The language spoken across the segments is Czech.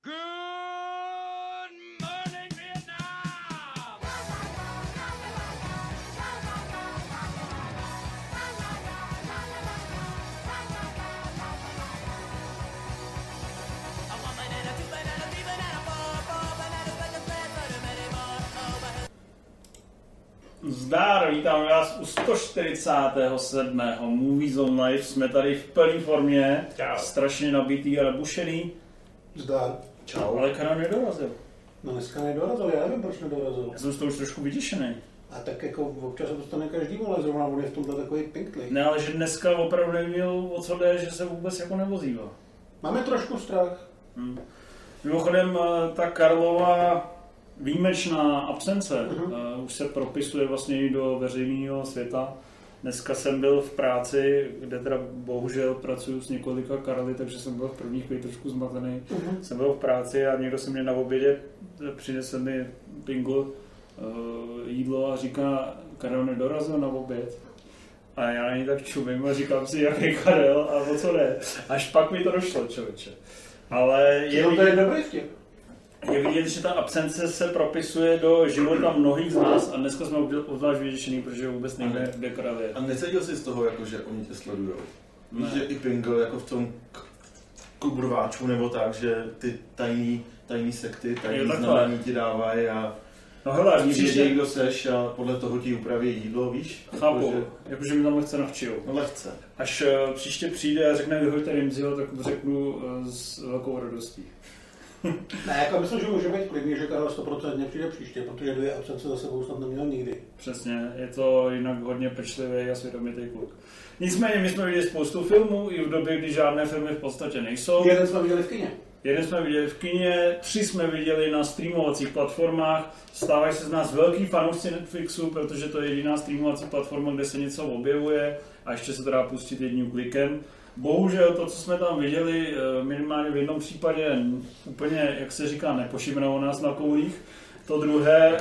Good morning, Vietnam! Zdar, vítáme vás u 147. Movie Zone Live. Jsme tady v plné formě. Čau. Strašně nabitý a nabušený. Zdar. Čau. Ale Karel nedorazil. No dneska nedorazil, já nevím, proč nedorazil. Já jsem z toho už trošku vyděšený. A tak jako občas se dostane každý, ale zrovna on je v tomhle takový pinklý. Ne, ale že dneska opravdu neměl o co jde, že se vůbec jako nevozíval. Máme trošku strach. Mimochodem, ta Karlova výjimečná absence už se propisuje vlastně i do veřejného světa. Dneska jsem byl v práci, kde teda bohužel pracuji s několika Karly, takže jsem byl v prvních chvíli trošku zmatený. Jsem byl v práci a někdo se mě na obědě přinesl mi pingl jídlo a říká, Karel nedorazil na oběd. A já na něj tak čumím a říkám si, jaký Karel a o co jde. Až pak mi to došlo, člověče. Ale To je dobrý vtip. je vidět, že ta absence se propisuje do života mnohých z nás a dneska jsme obzvlášť vyděšený, protože vůbec nevíme, kde Karel je. A necítil jsi z toho, jako, že oni tě sledujou? Víš, že i Pingle jako v tom kubrváčku nebo tak, že ty tajný sekty, tajný znamení ti dávají a No hele, vědějí, kdo seš a podle toho ti upraví jídlo, víš? Chápu, jakože mi tam lehce navčijou. No lehce. Až příště přijde a řekne vyhoďte Rimziho, tak řeknu s velkou radostí. Ne, jako myslím, že může být klidný, že Karel 100% přijde příště, protože 2 absence za sebou snad neměl nikdy. Přesně, je to jinak hodně pečlivý a svědomitý kluk. Nicméně my jsme viděli spoustu filmů i v době, kdy žádné filmy v podstatě nejsou. Jeden jsme viděli v kině. Jeden jsme viděli v kině, 3 jsme viděli na streamovacích platformách. Stávají se z nás velký fanoušci Netflixu, protože to je jediná streamovací platforma, kde se něco objevuje a ještě se to dá pustit jedním klikem. Bohužel to, co jsme tam viděli, minimálně v jednom případě úplně, jak se říká, nepošibnalo nás na koulích. To druhé,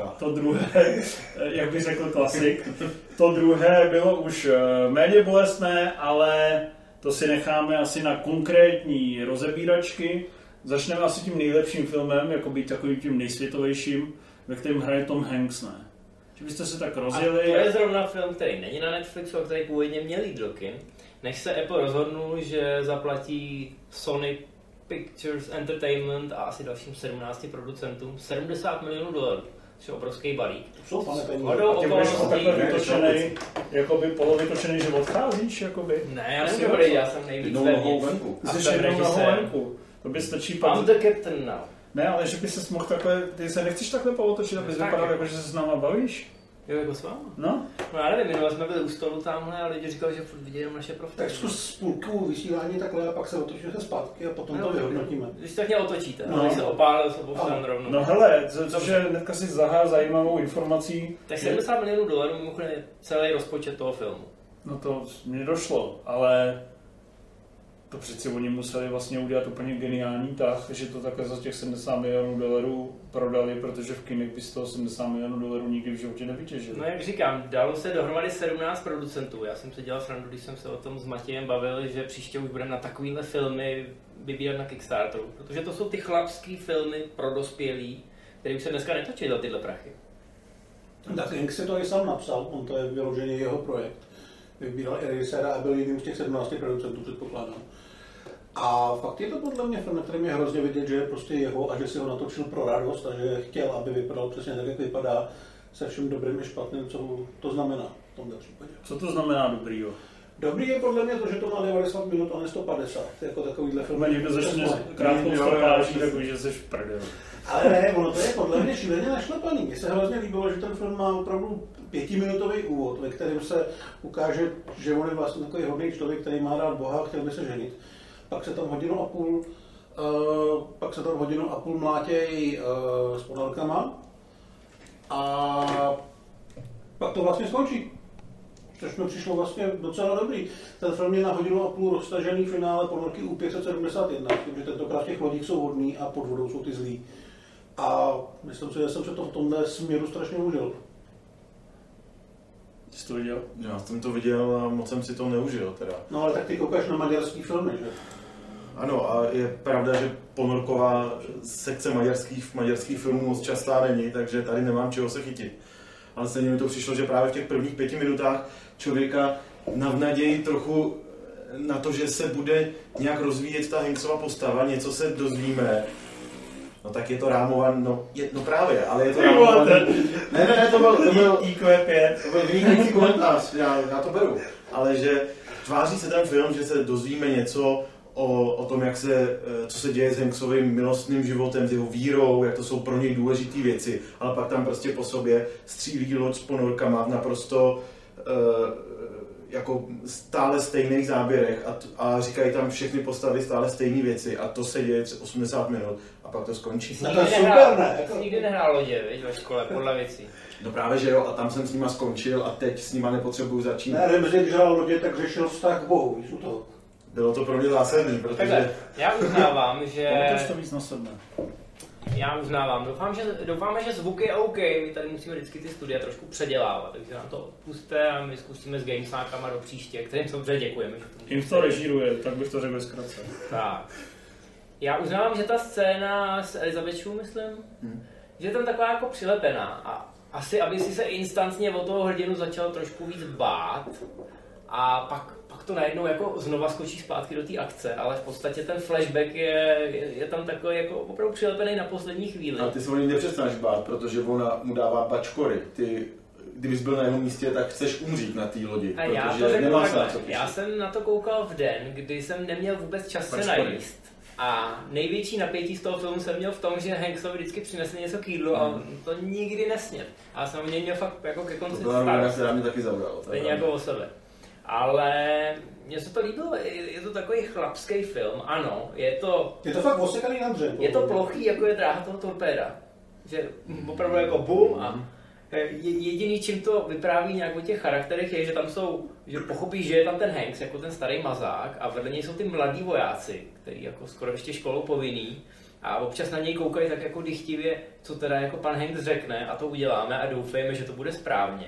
jak by řekl klasik, to druhé bylo už méně bolestné, ale to si necháme asi na konkrétní rozebíračky. Začneme asi tím nejlepším filmem, jako být takovým tím nejsvětovějším, ve kterém hraje Tom Hanks, ne? Že byste se tak rozjeli. A to je zrovna film, který není na Netflixu, a který původně měl jít do kin, než se Apple rozhodnul, že zaplatí Sony Pictures Entertainment a asi dalším 17 producentům $70 milionů, což je obrovský balík. Jsou pane peníze. A ty budeš takhle vytočenej, jakoby polovytočenej, že odcházíš, jakoby. Ne, já nemůžu odejít, já jsem nejvíc vevnitř. Jsi jednou nohou venku. To by stačí pak. I'm the captain now. Ne, ale že by se mohl takhle, ty se nechceš takhle pootočit, aby vypadal jako, že se s náma bavíš? Jo, jako s váma? No? No já nevím, minule jsme byli u stolu tamhle a lidi říkali, že furt vidí jenom naše profily. Tak zkus půlku vysílání takhle a pak se otočíme zpátky a potom to vyhodnotíme. Když tak mě otočíte, No. když se opálil s obou stran rovnou. No hele, cože hnedka si zahá zajímavou informací. Tak $70 milionů mimochodem je celý rozpočet toho filmu. No to mně došlo, ale to přeci oni museli vlastně udělat úplně geniální tah, že to takhle za těch $70 milionů prodali, protože v kinech by z toho $70 milionů nikdy v životě nevytěžili. No jak říkám, dalo se dohromady 17 producentů. Já jsem si dělal srandu, když jsem se o tom s Matějem bavil, že příště už budeme na takovýhle filmy vybírat na Kickstarteru. Protože to jsou ty chlapský filmy pro dospělí, které už se dneska netočí za tyhle prachy. Tak Hanks si to i sám napsal, on to je vyloženě jeho projekt. Vybíral i režiséra a byl jedním z těch 17 producentů, předpokládám. A fakt je to podle mě film, na kterém je hrozně vidět, že je prostě jeho a že si ho natočil pro radost a že chtěl, aby vypadal přesně tak, jak vypadá, se všem dobrým i špatným, co to znamená v tomto případě. Co to znamená dobrýho? Dobrý je podle mě to, že to má 90 minut a ne 150, jako takovýhle film. Někdo začne krátkou stopáží, takový, že seš v prdeli. Ale ne, ono to je podle mě šíleně našlepaný. Mně se hrozně líbilo, že ten film má opravdu 5minutový úvod, ve kterém se ukáže, že on je vlastně takový hodný člověk, který má rád Boha a chtěl by se ženit. Pak se tam hodinu a půl mlátěj s ponorkama a pak to vlastně skončí. Což mi přišlo vlastně docela dobrý. Ten film je na 1,5 hodiny roztažený finále ponorky U571, tím, že tentokrát v těch lodích jsou hodný a pod vodou jsou ty zlý. A myslím si, že jsem se to v tomhle směru strašně užil. Jsi to viděl? Já jsem to viděl a moc jsem si to neužil teda. No ale tak ty koukáš na maďarský filmy, že? Ano, a je pravda, že ponorková sekce maďarských filmů moc častá není, takže tady nemám čeho se chytit. Ale stejně mi to přišlo, že právě v těch prvních 5 minutách člověka navnadějí trochu na to, že se bude nějak rozvíjet ta Hanksova postava, něco se dozvíme. No tak je to rámovaný, no právě, ale je to rámovaný. Ne, to byl IQ5. To byl vynikající komentář, já to beru. Ale že tváří se ten film, že se dozvíme něco o tom, co se děje s Hanksovým milostným životem, s jeho vírou, jak to jsou pro něj důležité věci, ale pak tam prostě po sobě střílí loď s ponorkama v naprosto jako stále stejných záběrech a říkají tam všechny postavy stále stejné věci a to se děje 80 minut a pak to skončí. No to je super, ne? Nikdy nehrál lodě, viď, ve škole, podle věcí. No právě, že jo, a tam jsem s nima skončil a teď s nima nepotřebuju začít. Ne, když hrál lodě, tak řešil vztah k Bohu, víš to. Bylo to pro mě zásadní, protože... Takhle, já uznávám, že... Pamatuješ to víc na sebe. Já uznávám. Doufáme, že zvuk je OK. My tady musíme vždycky ty studia trošku předělávat, takže nám to odpuste a my zkusíme s gamesákama do příště, kterým dobře děkujeme. Jim to režíruje, tak bych to řekl zkrátce. Tak. Já uznávám, že ta scéna s Elizabethou, myslím, že je tam taková jako přilepená a asi, aby si se instantně o toho hrdinu začal trošku víc bát a pak to najednou jako znova skočí zpátky do té akce, ale v podstatě ten flashback je tam takový jako opravdu přilepený na poslední chvíli. Ale ty se o něj nepřestaneš bát, protože ona mu dává bačkory. Ty, kdybys byl na jeho místě, tak chceš umřít na té lodi, a já protože nemáš na co já jsem na to koukal v den, kdy jsem neměl vůbec čas se najíst. A největší napětí z toho filmu jsem měl v tom, že Hanksovi vždycky přinese něco k jídlu a to nikdy nesněl. A já jsem o něj měl fakt jako ke konci starost. To mě taky zabralo. Stejně jako o sebe. Ale mně se to líbilo, je to takový chlapský film, ano, je to fakt osekaný na dřeň. Je to plochý, jako je dráha toho torpéda. Že opravdu jako bum a jediný, čím to vypráví nějak o těch charakterech, je, že tam jsou, že pochopíš, že je tam ten Hanks, jako ten starý mazák a vedle něj jsou ty mladí vojáci, který jako skoro ještě školou povinný a občas na něj koukají tak jako dychtivě, co teda jako pan Hanks řekne a to uděláme a doufejme, že to bude správně.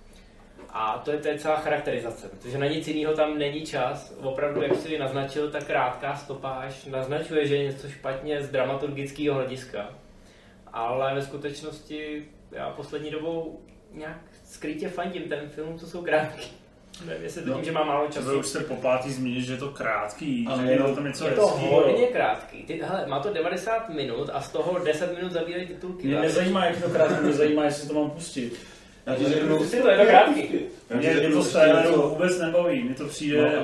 A to je celá charakterizace, protože na nic jiného tam není čas. Opravdu, jak si naznačil, ta krátká stopáž naznačuje, že je něco špatně z dramaturgického hlediska. Ale ve skutečnosti já poslední dobou nějak skrytě fandím ten film, co jsou krátký. Nevím, jestli to tím, že má málo času. To už se po pátý zmínit, že je to krátký, ale že je tam něco to hodně krátký. Hele, má to 90 minut a z toho 10 minut zabírají titulky. Mě nezajímá, jak to krátký, mě zajímá, jestli to mám pustit. Já ti řeknu, to je to krátký. Mě to Styleru vůbec nebaví, mně to přijde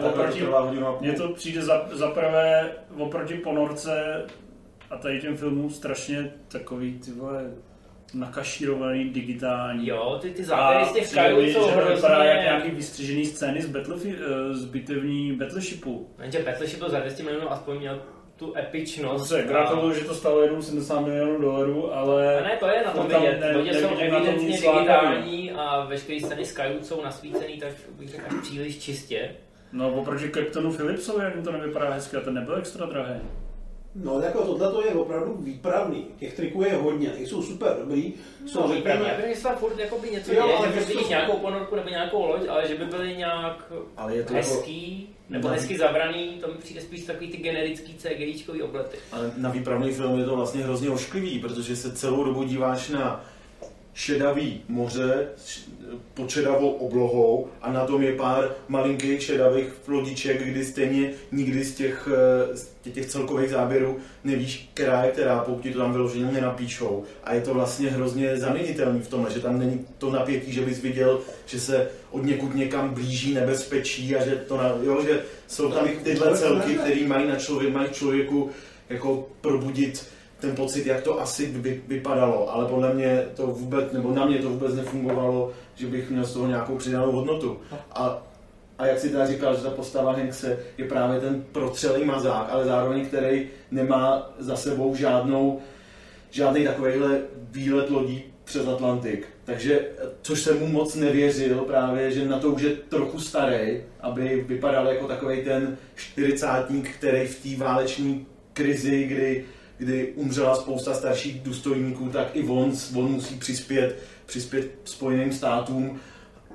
za prvé oproti ponorce a tady těm filmům strašně takový ty vole nakašírovaný, digitální. Jo, ty záběry z těch skajů jsou hrozně... vypadá jak nějaký vystřižený scény z bitevní Battleshipu. Jenže Battleship byl za 200 milionů aspoň měl tu epičnost. Dobře, gratuluju, že to stalo jenom $70 milionů, ale... A ne, to je na tom vidět. Lodě jsou evidentně digitální a veškeré scény Skyů jsou nasvícený, tak bych řekl až příliš čistě. No, oproti Captainu Phillipsovi, jak to nevypadá hezky, a ten nebyl extra drahý. No, jako tohle je opravdu výpravný. Těch triků je hodně, jsou super dobrý. Jsou výpravný. Já bych myslel furt jakoby něco děje, že by vidíš nějakou ponorku nebo nějakou loď, ale že by byly nějak hezký, nebo hezky zabraný, to mi přijde spíš takový ty generický CGIčkový oblety. Ale na výpravný film je to vlastně hrozně ošklivý, protože se celou dobu díváš na šedavý moře pod šedavou oblohou a na tom je pár malinkých šedavých lodiček, kdy stejně nikdy z těch celkových záběrů nevíš, která je která, pokud ti to tam vyloženě nenapíšou. A je to vlastně hrozně zaměnitelný v tomhle, že tam není to napětí, že bys viděl, že se od někud někam blíží nebezpečí a že že jsou tam tyhle celky, které mají člověku jako probudit ten pocit, jak to asi vypadalo, ale podle mě to vůbec, nebo na mě to vůbec nefungovalo, že bych měl z toho nějakou přidanou hodnotu. A jak si teda říkal, že ta postava Hankse je právě ten protřelý mazák, ale zároveň který nemá za sebou žádný takovejhle výlet lodí přes Atlantik. Takže, což jsem mu moc nevěřil právě, že na to už je trochu starý, aby vypadal jako takovej ten 40-tník, který v té váleční krizi, kdy umřela spousta starších důstojníků, tak i on musí přispět Spojeným státům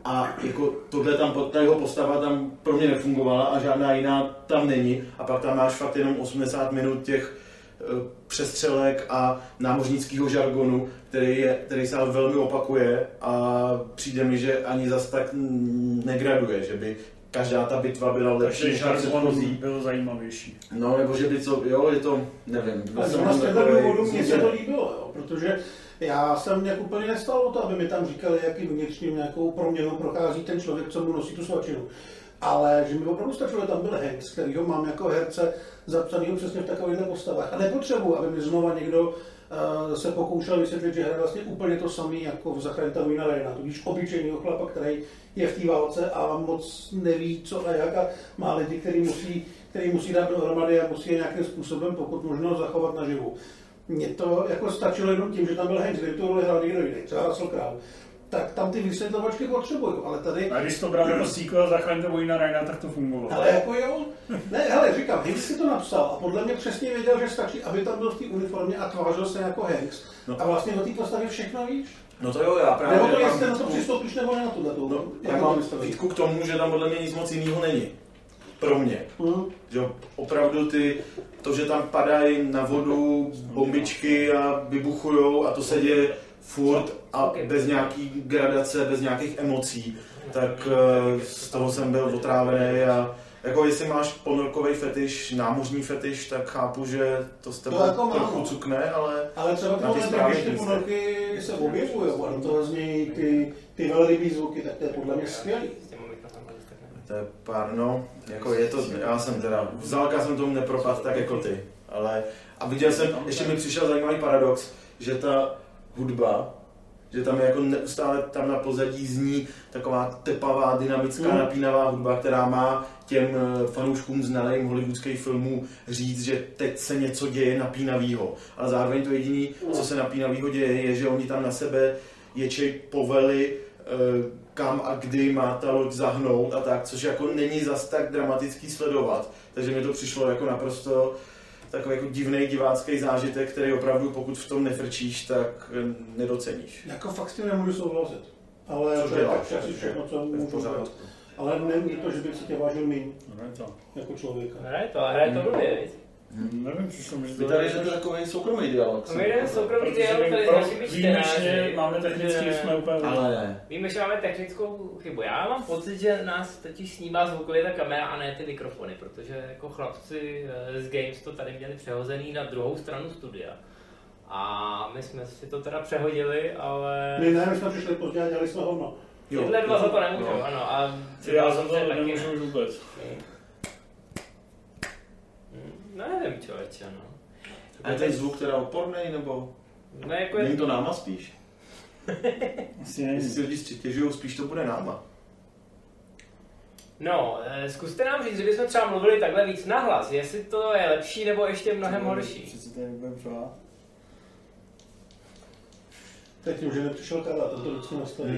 A jako tohle tam, ta jeho postava tam pro mě nefungovala a žádná jiná tam není. A pak tam máš fakt jenom 80 minut těch přestřelek a námořnického žargonu, který se ale velmi opakuje a přijde mi, že ani zas tak negraduje, že by každá ta bitva byla lepší než předchozí. Byl zajímavější. No, nebo že by jo, je to, nevím. Ale zrovna z těchto důvodů mně se to líbilo, jo, protože já jsem nějak úplně nestal o to, aby mi tam říkali, jaký vnitřním nějakou proměnou prochází ten člověk, co mu nosí tu svačinu. Ale že mi opravdu stačilo, že tam byl Hanks, kterýho mám jako herce zapsanýho přesně v takovýchto postavách. A nepotřebuji, aby mi znova někdo se pokoušel vysvětlit, že hraje vlastně úplně to samé jako v Zachránita Wayna Ryana, tudíž obyčejného chlapa, který je v té válce a moc neví co a jak a má lidi, který musí dát dohromady a musí je nějakým způsobem pokud možno zachovat naživu. Mně to jako stačilo jenom tím, že tam byl Hanks, kdyby to roli hrál někdo jiný, třeba Russell Crowe. Tak tam ty vysvětlovačky potřebuju, ale tady... A když to bral jako sequel Zachránita Wayna Ryana, tak to fungovalo. Ale jako jo, ne, hele, říkám, Hanks si to napsal a podle mě přesně věděl, že stačí, aby tam byl v té uniformě a tvářil se jako Hanks. No. A vlastně o té postavě všechno víš. No to jo, já právě... Nebo to jestli na to přistoupíš nebo ne na tohleto. No, já mám výtku k tomu, že tam podle mě nic moc jiného není. Pro mě. Že opravdu to, že tam padají na vodu bombičky a vybuchujou a to se děje furt a bez nějaký gradace, bez nějakých emocí, tak z toho jsem byl otrávený a jako jestli máš ponorkový fetiš, námořní fetiš, tak chápu, že to z tebe jako trochu cukne, ale třeba když ty ponorky se objevují a do toho znějí ty velrybí zvuky, tak to je podle mě skvělý. To je no, jako je to, já jsem teda, vzalka jsem tomu nepropadl tak jako ty, ale a viděl jsem, ještě mi přišel zajímavý paradox, že ta hudba, že tam je jako neustále tam na pozadí zní taková tepavá, dynamická, napínavá hudba, která má těm fanouškům znalým hollywoodských filmů říct, že teď se něco děje napínavýho. Ale zároveň to jediné, co se napínavýho děje, je, že oni tam na sebe ječej povely, kam a kdy má ta loď zahnout a tak, což jako není zas tak dramatický sledovat. Takže mi to přišlo jako naprosto takový jako divný divácký zážitek, který opravdu, pokud v tom nefrčíš, tak nedoceníš. Jako fakt s tím nemůžu souhlasit. Ale to je tak asi všechno, co můžu dělat. Ale není to, že bych si tě vážil míň. Jako člověka. Hraje to blbě, víc. Nevím, přišlo mi, že to je takový soukromý dialog. My jdeme soukromý dialog, tady s našimi čtenáři. Máme technický, jsme úplně... Ale víme, že máme technickou chybu. Já mám pocit, že nás totiž snímá zvukově ta kamera a ne ty mikrofony, protože jako chlapci z Games to tady měli přehozený na druhou stranu studia. A my jsme si to teda přehodili, ale... My jsme přišli pozdě a dělali jsme hovno. Tyhle dva za to nemůžou, ano. A já za to nemůžu už vůbec. No nevím, člověče, no. A je ten zvuk teda odporný, nebo? No, jako není to náma spíš? Asi nevím. Jestli si lidi stěžujou, spíš to bude náma. No, zkuste nám říct, že bychom třeba mluvili takhle víc nahlas, jestli to je lepší nebo ještě mnohem horší. Přeci tady budeme přehlát. Teď už nepřišel Karla, to vždycky nastaví.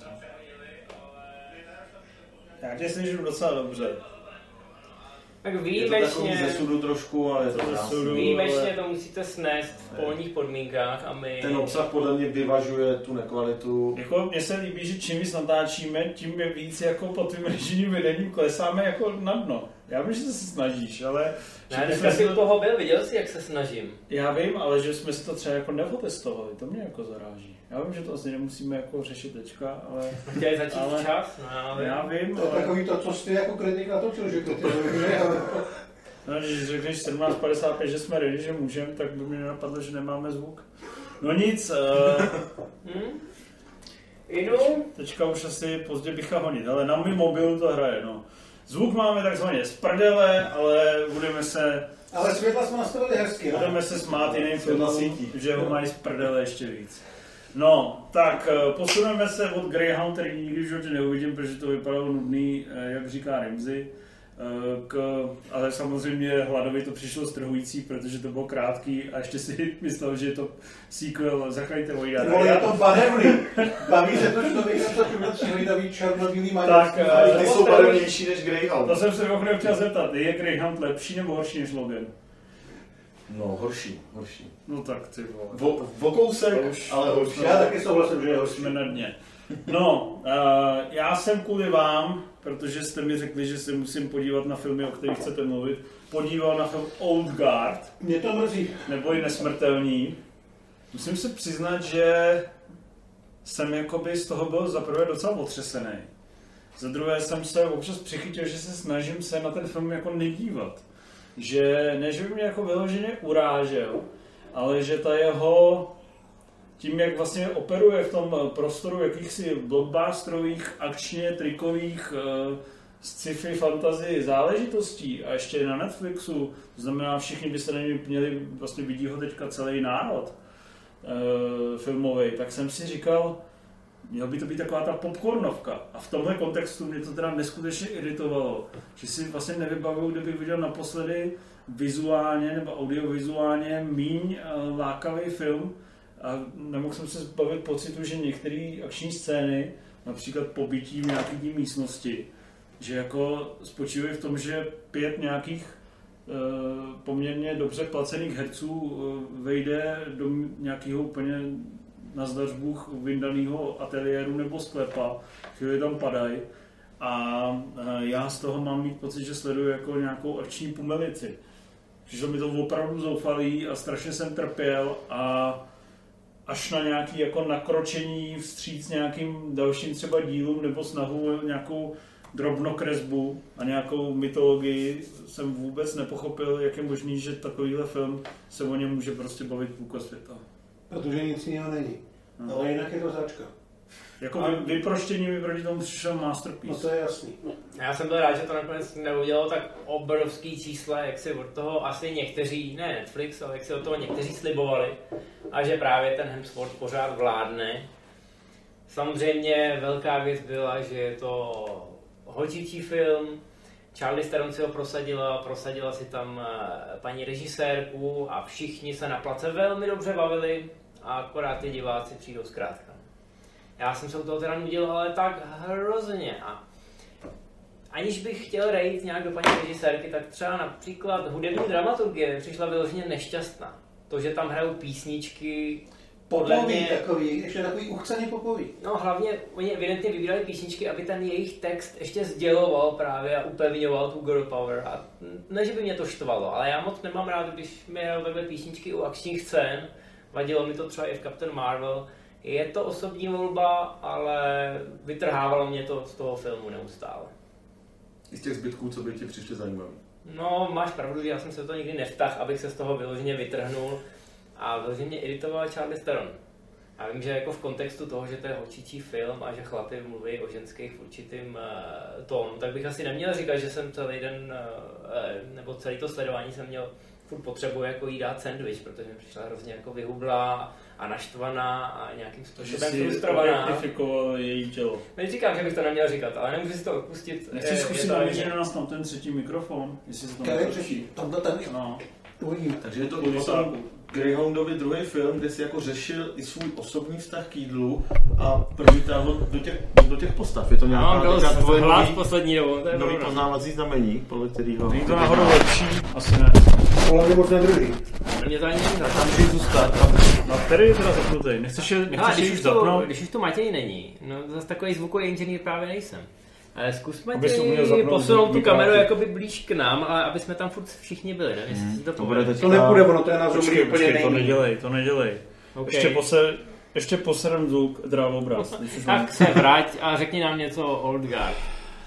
Já tě slyším docela dobře. Tak výjimečně... Je to takový ze sudu trošku, ale je to krásný. Výjimečně to musíte snést v polních podmínkách a my... Ten obsah podle mě vyvažuje tu nekvalitu. Jako mně se líbí, že čím víc natáčíme, tím je víc jako pod tím režijním vedením klesáme jako na dno. Já vím, že se snažíš, ale... Ne, dneska si u toho byl, viděl jsi, jak se snažím. Já vím, ale že jsme si to třeba jako neotestovali, to mě jako zaráží. Já vím, že to asi nemusíme jako řešit teďka, ale... Chtěli začít včas? No, já vím, to je takový to, co jsi jako kritik natočil, že kritik No, když řekneš 17.55, že jsme ready, že můžeme, tak by mi nenapadlo, že nemáme zvuk. No nic, teďka už asi pozdě bycha honit, ale na mým mobilu to hraje, no. Zvuk máme takzvaně z prdele, ale budeme se... Ale světla jsme nastavili hezky, ne? Budeme se smát jiným filmům, že ho mají z prdele ještě víc. No, tak posuneme se od Greyhound, který nikdy v životě neuvidím, protože to vypadalo nudný, jak říká Ramsey. Ale samozřejmě Hladovi to přišlo strhující, protože to bylo krátký a ještě si myslel, že je to sequel Zachránite Wayna Ryana. Je to barevný. Baví se to člověka, co tím tříhlídavý černobílý mají. Tak, ty jsou barevnější než Greyhound. To jsem se mimochodem chtěl zeptat, je Greyhound lepší nebo horší než Logan? No, horší. No tak ty vole. Vokousek, ale horší. Já taky souhlasím, že je horší. Jsme na dně. No, já jsem kvůli vám, protože jste mi řekli, že se musím podívat na filmy, o kterých chcete mluvit, podíval na film Old Guard. Mě to mrzí. Neboli Nesmrtelní. Musím se přiznat, že jsem jakoby z toho byl zaprvé docela otřesený. Za druhé jsem se občas přichytil, že se snažím se na ten film jako nedívat. Že ne, že by mě jako vyloženě urážel, ale že ta jeho, tím jak vlastně operuje v tom prostoru jakýchsi blockbusterových, akčně trikových sci-fi fantasy záležitostí a ještě je na Netflixu, to znamená všichni by se na něj měli, vlastně vidí ho teďka celý národ filmový, tak jsem si říkal, měl by to být taková ta popcornovka. A v tomhle kontextu mě to teda neskutečně iritovalo, že si vlastně nevybavuju, kdybych viděl naposledy vizuálně nebo audiovizuálně míň lákavý film a nemohl jsem se zbavit pocitu, že některé akční scény, například pobytí v nějaké místnosti, že jako spočívají v tom, že 5 nějakých poměrně dobře placených herců vejde do nějakého úplně na zdař Bůh vyndaného ateliéru nebo sklepa, chvíli tam padají a já z toho mám mít pocit, že sleduju jako nějakou akční pumelici. Přišlo mi to opravdu zoufalý a strašně jsem trpěl a až na nějaké jako nakročení vstříc nějakým dalším třeba dílům nebo snahu o nějakou drobnokresbu a nějakou mytologii jsem vůbec nepochopil, jak je možný, že takovýhle film se o něm může prostě bavit půlka světa. Protože nic jiného není. No. Ale jinak je to začka. Jako vyproštění mi proti tomu přišel masterpiece. No to je jasný. Já jsem byl rád, že to nakonec neudělalo tak obrovský čísla, jak si od toho asi někteří, ne Netflix, ale jak si od toho někteří slibovali. A že právě ten Hemsworth pořád vládne. Samozřejmě velká věc byla, že je to holčičí film. Charlize Theron si ho prosadila si tam paní režisérku a všichni se na place velmi dobře bavili a akorát ty diváci přijdou zkrátka. Já jsem se u toho teda nudil, ale tak hrozně a aniž bych chtěl rejt nějak do paní režisérky, tak třeba například hudební dramaturgie přišla vyloženě nešťastná. To, že tam hrajou písničky, popoví takový, ještě takový uchceně popoví. No hlavně oni evidentně vybírali písničky, aby ten jejich text ještě sděloval právě a upevňoval tu girl power. A ne, že by mě to štvalo, ale já moc nemám rád, když mi hrajou takhle písničky u akčních scén. Vadilo mi to třeba i v Captain Marvel. Je to osobní volba, ale vytrhávalo mě to z toho filmu neustále. I z těch zbytků, co by ti přišli zajímavý? No, máš pravdu, že já jsem se to nikdy nevtahl, abych se z toho vyloženě vytrhnul. A vyloženě mě iritovala Charlize Theron. A vím, že jako v kontextu toho, že to je holčičí film a že chlapi mluví o ženských v určitým tónu, tak bych asi neměl říkat, že jsem celý den, nebo celý to sledování jsem měl furt potřebu jako jí dát sandwich, protože mi přišla hrozně jako vyhublá a naštvaná a nějakým způsobem frustrovaná. Že jsi objektifikoval její tělo. Neříkám, že bych to neměl říkat, ale nemůžu si to odpustit. Nechci zkusit namířit na nás tam ten třetí mikrofon, jestli se to netočí. Tamhle ten, no. Takže je to o tom Greyhoundovi druhý film, kde si jako řešil i svůj osobní vztah k jídlu a promítal do těch postav. Je to nějaká tvoje nový poznávací znamení, podle kterého... Není to náhodou lepší? Asi ne. Podle mě moc nedruhý. Mě to ani není tak tam můžeš zůstat. No který je teda zapnutý? Nechceš je už zapnout? Když už to Matěj není, no zase takový zvukový inženýr právě nejsem. Ale zkus Matěj posunout tu kameru jakoby blíž k nám, ale aby jsme tam furt všichni byli, nevím, jestli si to povede. To nepůjde, ono to je na zumí úplně nejmí. To nedělej. Okay. Ještě poserem zvuk, drávobraz. Tak se vrať a řekni nám něco o Old Guard.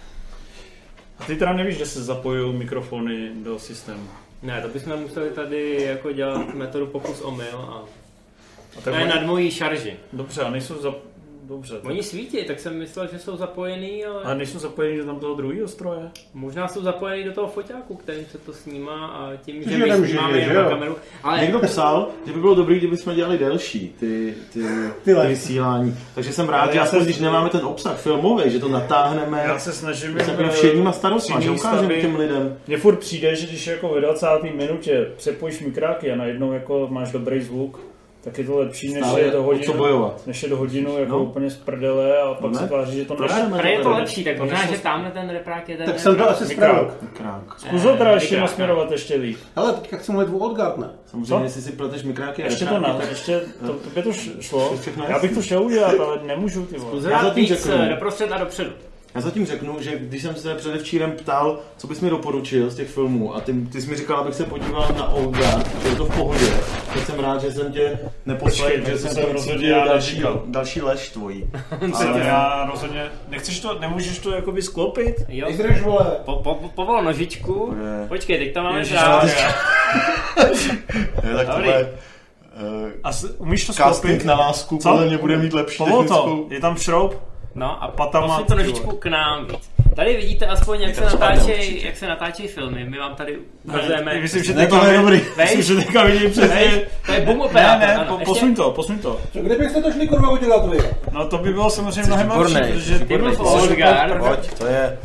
A ty teda nevíš, že se zapojují mikrofony do systému. Ne, to bychom museli tady jako dělat metodu pokus omyl a to je nad mojí šarži. Dobře, a nejsou Dobře. Oni svítí, tak jsem myslel, že jsou zapojený, ale... A nejsou zapojený do tam toho druhého stroje? Možná jsou zapojený do toho foťáku, kterým se to snímá a tím, že my snímáme jenom na kameru. Ale... Někdo psal, že by bylo dobrý, kdyby jsme dělali delší ty vysílání. Takže jsem rád, že aspoň když nemáme ten obsah filmový, že to natáhneme. Já se snažím všedníma starostma, že ukážeme těm lidem. Mně furt přijde, že když jako ve 20. minutě přepojíš mikráky a najednou jako máš dobrý zvuk, tak je to lepší, než Stále je do o co bojovat. než je do hodinu jako No. úplně z prdele a pak Ne. se tváří, že to Proč? nechceme. Ale je to To lepší, tak možná, že tamhle ten reprák je ten... Tak jsem to asi Mikrák. spravil. Mikrák. Zkus ho teda ještě Mikrák. nasměrovat ještě líp. Ale teďka chci mluvit o Oldguard, ne? Samozřejmě, Co? jestli si pleteš mikráky a Ještě to repráky, na, tak ještě, to by to šlo. všechno Já bych to šel udělat, ale nemůžu, ty vole. Já Zhrát zatím víc řeknu. doprostřed a dopředu. Já zatím řeknu, že když jsem se předevčírem ptal, co bys mi doporučil z těch filmů a ty jsi mi říkal, abych se podíval na Oldguard, že je to v pohodě, tak jsem rád, že jsem tě neposlal, Počkej, že to jsem jsem tam rozhodně cítil já další, neříkal. další lež tvojí. Ale já rozhodně, nemůžeš to jakoby sklopit? Jo. Vydrž, vole. Povol nožičku. Je. Počkej, teď tam máme Ježiš, dál. Tak Dobrý. tohle A umíš to casting sklopit? na lásku Co? podle mě bude mít lepší Povol to, technickou. je tam šroub? No a Patama, posuň to ty nožičku vole. k nám víc. Tady vidíte aspoň, jak Je se to spadne natáčejí, určitě. jak se natáčejí filmy. My vám tady Ne, ukazujeme. myslím, že Ne, teďka tohle je dobrý. Myslím, že teďka vidím přesně. To je boom Ne, operátor. ne, ano. posuň to. Kde byste to šli kurva udělat vy? No to by bylo samozřejmě mnohem lepší, výbornej. protože Ty mluv jsi o Oldguard. Pojď, to je,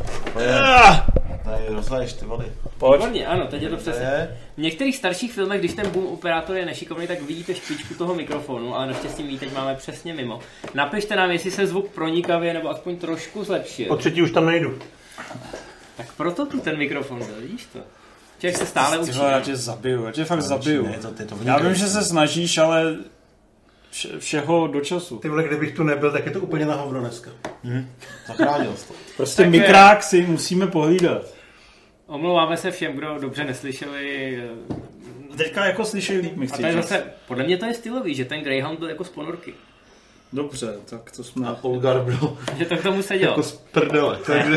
tady rozleješ ty vody. Pojď. Výborně, ano, teď je to To přesně. je, V některých starších filmech, když ten boom operátor je nešikovný, tak vidíte špičku toho mikrofonu, ale naštěstí my teď máme přesně mimo. Napište nám, jestli se zvuk pronikavě nebo aspoň trošku zlepšil. Po třetí už tam nejdu. Tak proto tu ten mikrofon byl, vidíš to? Člověk se stále učí. Já tě zabiju, já tě fakt zabiju. Ne, to je to Já vím, že se snažíš, ale všeho do času. Ty vole, kdybych tu nebyl, tak je to úplně na hovno dneska. Zachránil jsi to. Prostě Tak mikrák si musíme pohlídat. Omlouváme se všem, kdo dobře neslyšeli. Teďka jako slyšej líp mi A to je chceš. zase, podle mě to je stylový, že ten Greyhound byl jako z ponorky. Dobře, tak to jsme... A Oldguard byl Že to k tomu sedělo. jako z prdele, takže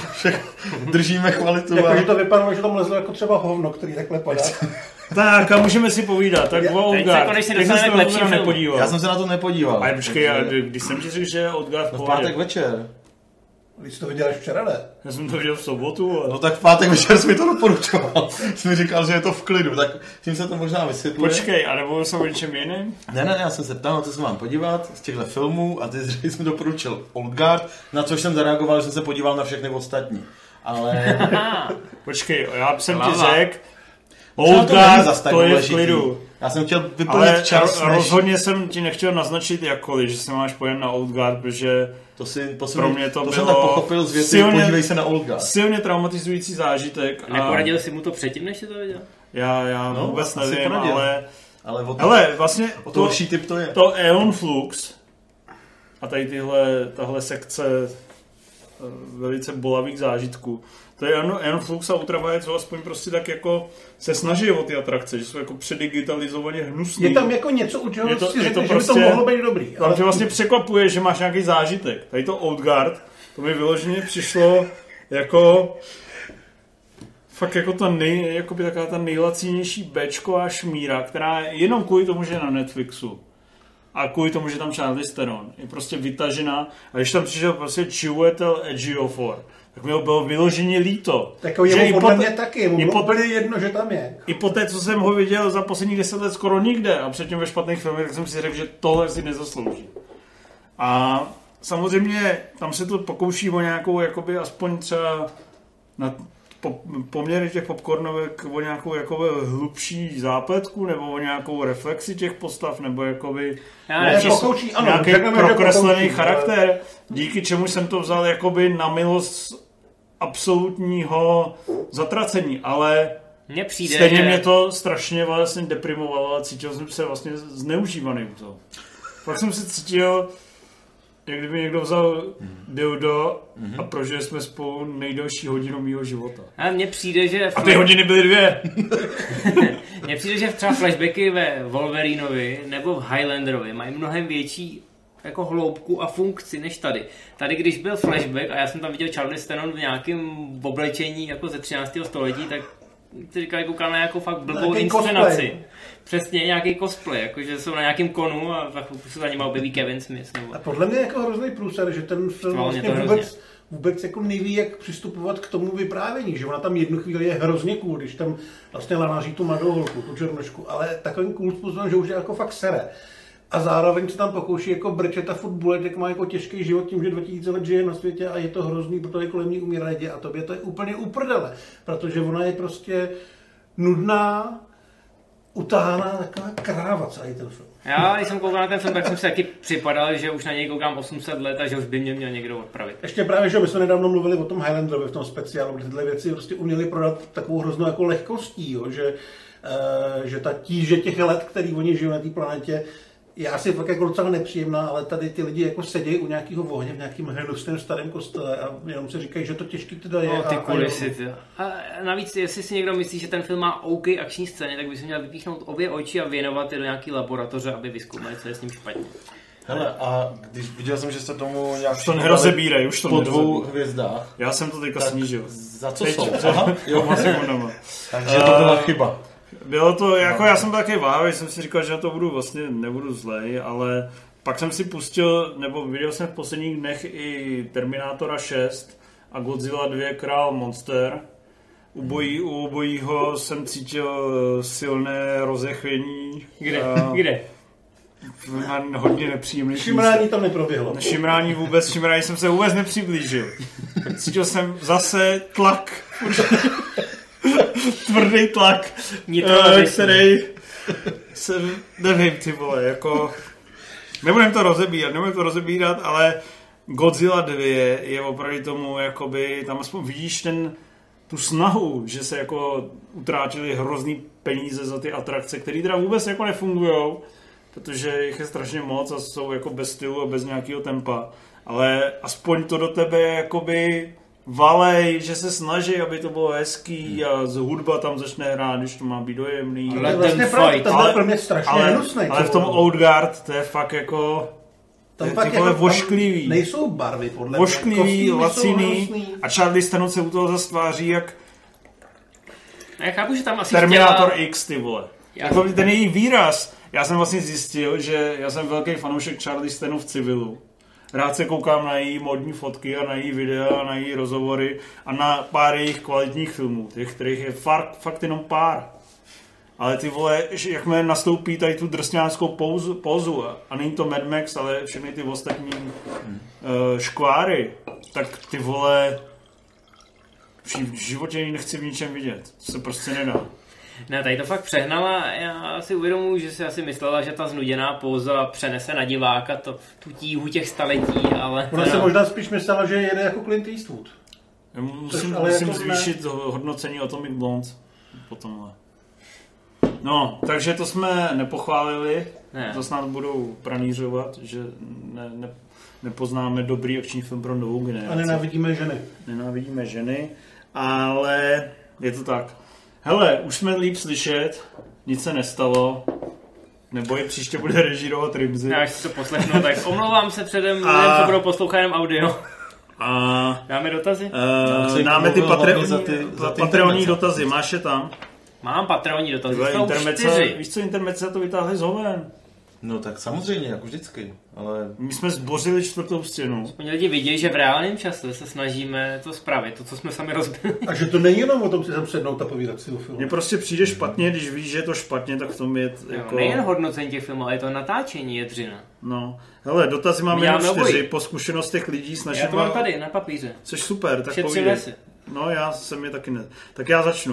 držíme kvalitu. Jakože to vypadalo, že tam lezlo jako třeba hovno, který takhle padá. Tak a můžeme si povídat, tak o Teď se Oldguard. konečně Jak jsi dostaneme se k na lepším to filmům. nepodíval? Já jsem se na to nepodíval. Ale počkej, když jsem ti řekl, že je Oldguard No v v pátek pohodě. večer. Když jsi to viděl až včera, ne? Já jsem to viděl v sobotu. No tak v pátek večer jsi mi to doporučoval. Jsi mi říkal, že je to v klidu, tak tím se to možná vysvětluje. Počkej, a nebo jsem o něčem jiným? Ne, já jsem se ptal, na co se mám podívat z těchto filmů a ty jsi mi doporučil Oldguard, na což jsem zareagoval, že jsem se podíval na všechny ostatní. Ale Počkej, já jsem ti Lava. řekl, Třeba to není Oldguard, zas tak to je v důležitý. klidu. Já jsem chtěl vyplnit Ale čas, než... rozhodně jsem ti nechtěl naznačit jakkoliv, že se máš pojet na Oldguard, protože Pro mě to jsem bylo tak pochopil z věty, silně- podívej se na Oldguard. silně traumatizující zážitek. A Neporadil jsi mu to předtím, než jsi to viděl? já No, vůbec asi nevím, poradil. ale Ale hele, vlastně o to horší typ to je. to Aeon Flux a tady tahle sekce velice bolavých zážitků. To je Aeon Flux a Ultraviolence, co aspoň prostě tak jako se snaží o ty atrakce, že jsou jako předigitalizovaně hnusný. Je tam jako něco, u čeho Je to- si je řekne, to že by to prostě- mohlo být dobrý. Tam tě vlastně překvapuje, že máš nějaký zážitek. Tady to Oldguard, to mi vyloženě přišlo jako fakt jako jakoby taková ta nejlacinější béčková šmíra, která je jenom kvůli tomu, že je na Netflixu. A kvůli tomu, že tam Charlize Theron je prostě vytažená. A když tam přišel prostě Chiwetel Ejiofor, tak mi ho bylo vyloženě líto. Tak Že jemu i podle po- mě taky, mu i bylo po- úplně jedno, že tam je. I po té, co jsem ho viděl za posledních 10 let skoro nikde a předtím ve špatných filmech, tak jsem si řekl, že tohle si nezaslouží. A samozřejmě tam se to pokouší o nějakou, jakoby aspoň třeba na poměry těch popcornovek o nějakou jakoby hlubší zápletku nebo o nějakou reflexi těch postav nebo jakoby Já Ne, nevím, pokouší, ano, nějaký řekneme, že prokreslený pokouší, charakter, díky čemu jsem to vzal jakoby na milost absolutního zatracení, ale mně přijde, stejně že... mě to strašně vlastně deprimovalo a cítil jsem se vlastně zneužívaný u toho. Pak jsem se cítil, jak kdyby někdo vzal dildo a prožili jsme spolu nejdelší hodinu mýho života. A mně přijde, že... A ty hodiny byly 2. Mně přijde, že třeba flashbacky ve Wolverinovi nebo v Highlanderovi mají mnohem větší jako hloubku a funkci než tady. Tady, když byl flashback a já jsem tam viděl Charlize Theron v nějakém oblečení jako ze 13. století, tak ty říkali, koukám na nějakou fakt blbou Nějaký inscenaci. cosplay. Přesně, nějaký cosplay, jakože jsou na nějakém konu a tak se za nimi objeví Kevin Smith. Nebo... A podle mě je jako hrozný průser, že ten film No, mě vlastně to vůbec jako neví, jak přistupovat k tomu vyprávění, že ona tam jednu chvíli je hrozně cool, když tam vlastně lanáží tu mladou holku, tu černošku, ale takovým cool způsobem, že už je jako fakt sere. A zároveň se tam pokouší jako brečet a furt bulet, jak má jako těžký život tím, že 2000 let žije na světě a je to hrozný, protože kolem ní umírají lidi a tobě to je úplně uprdele, protože ona je prostě nudná, utahaná taková kráva celý ten film. Já, když jsem koukal na ten film, tak jsem si taky připadal, že už na něj koukám 800 let a že už by mě měl někdo odpravit. Ještě právě, že my jsme nedávno mluvili o tom Highlanderovi v tom speciálu, kde tyhle věci prostě uměli prodat takovou hroznou jako lehkostí, jo, že ta tíže těch let, který oni žijou na té planetě, je asi fakt jako docela nepříjemná, ale tady ty lidi jako sedějí u nějakého ohně v nějakým hnusném starém kostele a jenom se říkají, že to těžký teda je. No, ty kulisy, ty. A navíc, jestli si někdo myslí, že ten film má OK akční scény, tak by si měl vypíchnout obě oči a věnovat je do nějaký laboratoře, aby vyzkoumali, co je s ním špatně. Hele, a když viděl jsem, že jste tomu nějak... Už to nerozebírej, už to po nerozebírej. 2 hvězdách. Já jsem to teďka snížil. Za co Teď jsou? před Aha, dvěma sekundama. takže to byla chyba. Bylo to, jako já jsem byl taky váhavý, jsem si říkal, že na to nebudu zlej, ale pak jsem si pustil, nebo viděl jsem v posledních dnech i Terminátora 6 a Godzilla 2 Král Monster. U obojího jsem cítil silné rozechvění. Kde? Hodně nepříjemný. Šimrání tam neproběhlo. Šimrání jsem se vůbec nepřiblížil. Cítil jsem zase tlak. Tvrdý tlak, který jsem, nevím, ty vole, jako nebudem to rozebírat, ale Godzilla 2 je opravdu tomu, jakoby, tam aspoň vidíš tu snahu, že se jako utráčili hrozný peníze za ty atrakce, které teda vůbec jako nefungujou, protože jich je strašně moc a jsou jako bez stylu a bez nějakého tempa, ale aspoň to do tebe jakoby valej, že se snaží, aby to bylo hezký a hudba tam začne hrát, když to má být dojemný. Ale vlastně ten pro mě strašně hnusný. Ale v tom Outguard to je fakt jako tam ty vole vošklivý. Nejsou barvy podle mě. Vošklivý, laciný a Charlie Theron se u toho zastváří jak Já chápu, že tam asi Terminator chtěla... X, ty vole. Jako ten její výraz. Já jsem vlastně zjistil, že já jsem velký fanoušek Charlie Theron v civilu. Rád se koukám na její modní fotky a na její videa, na její rozhovory a na pár jejich kvalitních filmů, těch, kterých je fakt jenom pár. Ale ty vole, jakmile nastoupí tady tu drsňánskou pózu a není to Mad Max, ale všechny ty ostatní škváry, tak ty vole v životě ji nechci v ničem vidět. To se prostě nedá. Ne, tady to fakt přehnala. Já si uvědomuji, že si asi myslela, že ta znuděná póza přenese na diváka tu tíhu těch staletí, ale... Ona se možná spíš myslela, že jede jako Clint Eastwood. Musím jako zvýšit hodnocení Atomic Blonde po tomhle. No, takže to jsme nepochválili. Ne. To snad budou pranířovat, že nepoznáme dobrý akční film pro novou generaci. A Nenávidíme ženy, ale je to tak. Hele, už jsme líp slyšet, nic se nestalo, neboj, příště bude režírovat Rybzy. Já až si to poslechnu, tak omlouvám se předem lidem, co budou poslouchat jenom audio. A dáme dotazy? dáme ty patreonní dotazy, máš je tam? Mám patreonní dotazy, jsou 4. Víš co, Intermezza to vytáhli z hoven. No tak samozřejmě, jako vždycky, ale... My jsme zbořili 4. stěnu. Oni lidi vidějí, že v reálném čase se snažíme to spravit, to, co jsme sami rozbili. A že to není jenom o tom si tam sednout a povídat si o filmu. Mně prostě přijde špatně, když víš, že je to špatně, tak v tom je jako... Nejen hodnocení těch filmů, ale to natáčení je dřina. No, hele, dotazy máme jen 4, po zkušenostech lidí s našimi... Já to mám tady, na papíře. Což super, tak Šetříme povídej. si. No, já jsem je taky ne. Tak já začnu.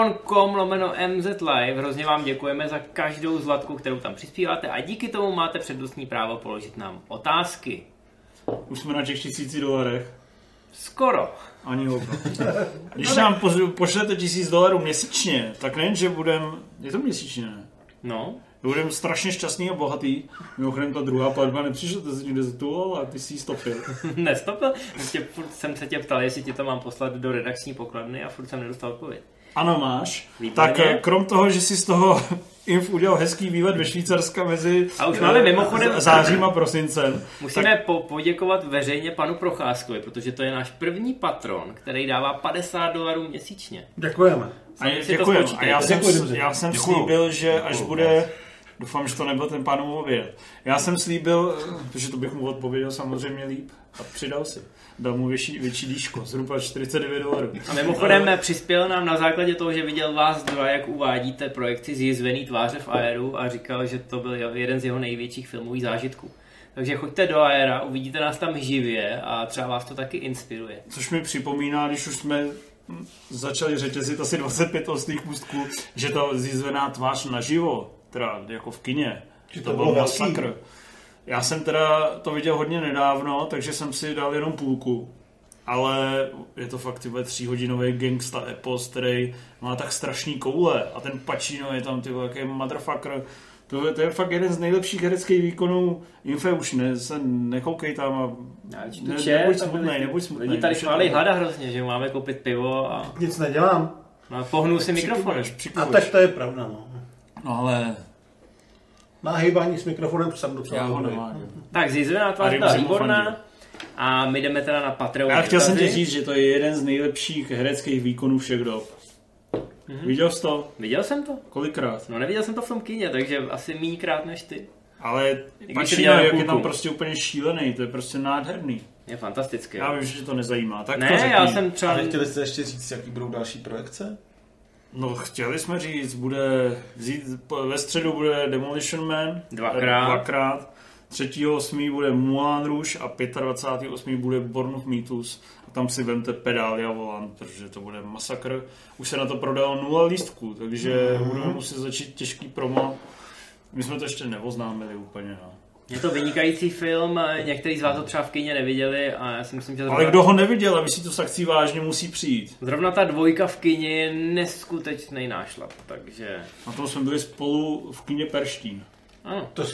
Patreon.com/MZLive. Hrozně vám děkujeme za každou zlatku, kterou tam přispíváte a díky tomu máte přednostní právo položit nám otázky. Už jsme na těch $1000. Skoro. Ani hovno. Když nám pošlete $1000 měsíčně, tak nejen, že je to měsíčně, ne? No. Budeme strašně šťastný a bohatý. Mimochodem ta druhá platba nepřišla, to se někde zatulal a ty si ji stopil. Nestopil? Jsem se tě ptal, jestli ti to mám poslat do redakční pokladny a furt jsem nedostal odpověď. Ano, máš. Výborně. Tak krom toho, že jsi z toho Inf udělal hezký výlet ve Švýcarska mezi a už máme mimochodem zářím a prosincem. Musíme poděkovat veřejně panu Procházkovi, protože to je náš první patron, který dává $50 měsíčně. Děkujeme. Děkujeme. A já jsem slíbil, že až bude... Doufám, že to nebyl ten pánův oběd. Já jsem slíbil, protože to bych mu odpověděl samozřejmě líp a přidal si. Dal mu větší díško, zhruba $49. A mimochodem přispěl nám na základě toho, že viděl vás dva, jak uvádíte projekci Zjizvený tváře v Aeru a říkal, že to byl jeden z jeho největších filmových zážitků. Takže choďte do Aera, uvidíte nás tam živě a třeba vás to taky inspiruje. Což mi připomíná, když už jsme začali řetězit asi 25 ostrých můstků, že to zjizvená tvář naživo, teda jako v kině, že to byl masakr. Já jsem teda to viděl hodně nedávno, takže jsem si dal jenom půlku. Ale je to fakt 3hodinový gangsta epos, který má tak strašný koule a ten Pacino je tam jaký motherfucker. To je fakt jeden z nejlepších hereckých výkonů. Infe už se nekoukej tam a nebuď smutnej. Oni tady chválí Hlada hrozně, že máme koupit pivo a... Nic nedělám. No, pohnu si mikrofon. A tak to je pravda, no. No ale... Na hejbání s mikrofonem jsem docela dobrý. Tak zjizvená tvář byla výborná. A my jdeme teda na Patreon. Já chtěl jsem ti říct, že to je jeden z nejlepších hereckých výkonů všech dob. Viděl jsi to? Viděl jsem to. Kolikrát? No neviděl jsem to v tom kině, takže asi mínkrát než ty. Ale Pacino, jak je tam prostě úplně šílený, to je prostě nádherný. Je fantastický. Já vím, že tě to nezajímá. Tak ne, to řekni. Já jsem třeba... Ale chtěli jste ještě říct, jaký budou další projekce? No chtěli jsme říct, ve středu bude Demolition Man. Dvakrát. 3.8. bude Moulin Rouge a 25.8. bude Born of Mythos. A tam si vemte pedál a volant, protože to bude masakr. Už se na to prodalo 0 lístků, takže budeme muset začít těžký promo. My jsme to ještě neoznámili úplně. No. Je to vynikající film, některý z vás to třeba v kině neviděli a já si myslím, že... Ale kdo ho neviděl a myslí to s akcí vážně, musí přijít. Zrovna ta 2 v kině je neskutečný nášlap, takže... Na tom jsme byli spolu v kině Perštín. Ano, to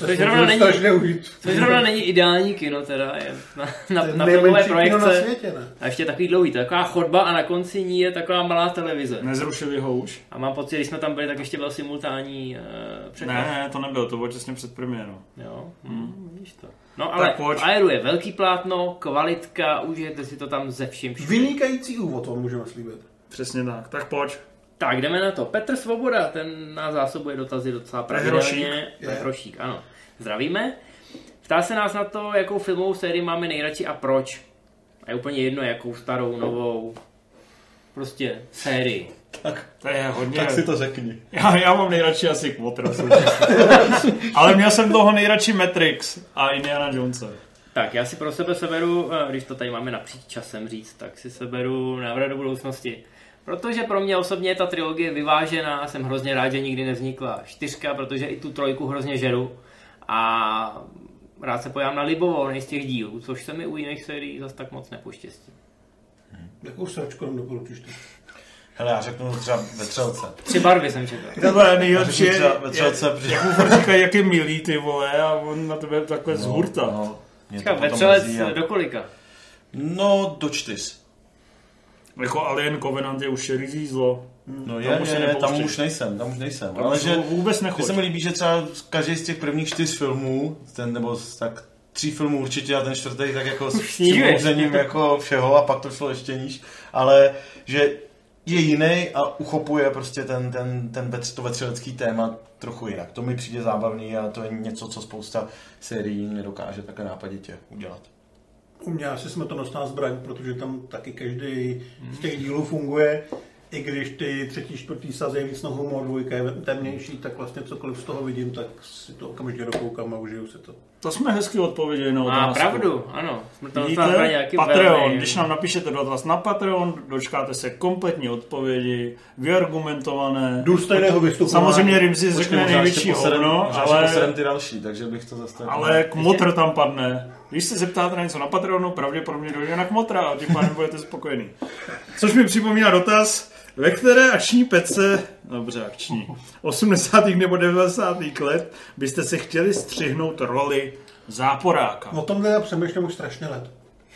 zrovna není ideální kino teda, je na filmové projekce na světě, ne? A ještě takový dlouhý, taková chodba a na konci ní je taková malá televize. Nezrušili ho už? A mám pocit, když jsme tam byli, tak ještě byl simultánní překlad. Ne, to nebylo, to bylo těsně před premiérou. Jo, vidíš to. No ale Aeru je velký plátno, kvalitka, užijete si to tam ze vším. Vynikající úvod, to můžeme slíbit. Přesně tak pojď. Tak, jdeme na to. Petr Svoboda, ten nás zásobuje dotazy docela pravidelně. Hrošík, ano. Zdravíme. Ptá se nás na to, jakou filmovou sérii máme nejradši a proč. A je úplně jedno, jakou starou, novou, prostě sérii. Tak, to je hodně. Tak si to řekni. Já mám nejradši asi Quattro. Ale měl jsem toho nejradši Matrix a Indiana Jonese. Tak, já si pro sebe seberu, když to tady máme napříč časem říct, tak si seberu Návrat do budoucnosti. Protože pro mě osobně je ta trilogie vyvážená a jsem hrozně rád, že nikdy nevznikla 4, protože i tu 3 hrozně žeru a rád se pojám na libovolnej z těch dílů, což se mi u jiných sérií zase tak moc nepoštěstí. Jakou sračku nám doporučíš ty? Hele, já řeknu třeba Vetřelce. 3 barvy jsem čekal. Tohle je nejlepší, jak je milý ty vole a on na tebe takhle zhurta. Vetřelec do kolika? No, do 4. Jako Alien Covenant je už rizí zlo. No tam už nejsem. Ale že vůbec nechoď. Se mi líbí, že třeba každý z těch prvních 4 filmů, nebo tak 3 filmů určitě a ten 4. tak jako s tím jako všeho a pak to šlo ještě níž, ale že je jiný a uchopuje prostě to vetřelecký téma trochu jinak. To mi přijde zábavný a to je něco, co spousta sérií nedokáže takhle nápaditě udělat. U mě asi smrtonosná zbraň, protože tam taky každý z těch dílů funguje. I když ty 3., 4. sazy víc na humor, 2 je temnější, tak vlastně cokoliv z toho vidím, tak si to okamžitě dokoukám a užiju si to. To jsme hezky odpověděli na otázku. Má pravdu, ano. Vidíte, Patreon, když nám napíšete dotaz na Patreon, dočkáte se kompletní odpovědi, vyargumentované. Důstojného vystupování. Samozřejmě Rimzi řekne největší hovno, ale ty další, takže bych to zastavil. Ale Kmotr tam padne. Když se zeptáte na něco na Patreonu, pravděpodobně dojde na Kmotra a tím pádem budete spokojení. Což mi připomíná dotaz, ve které akční pece, dobře akční, 80. nebo 90. let byste se chtěli střihnout roli záporáka? O tomhle já přemýšlím už strašně let.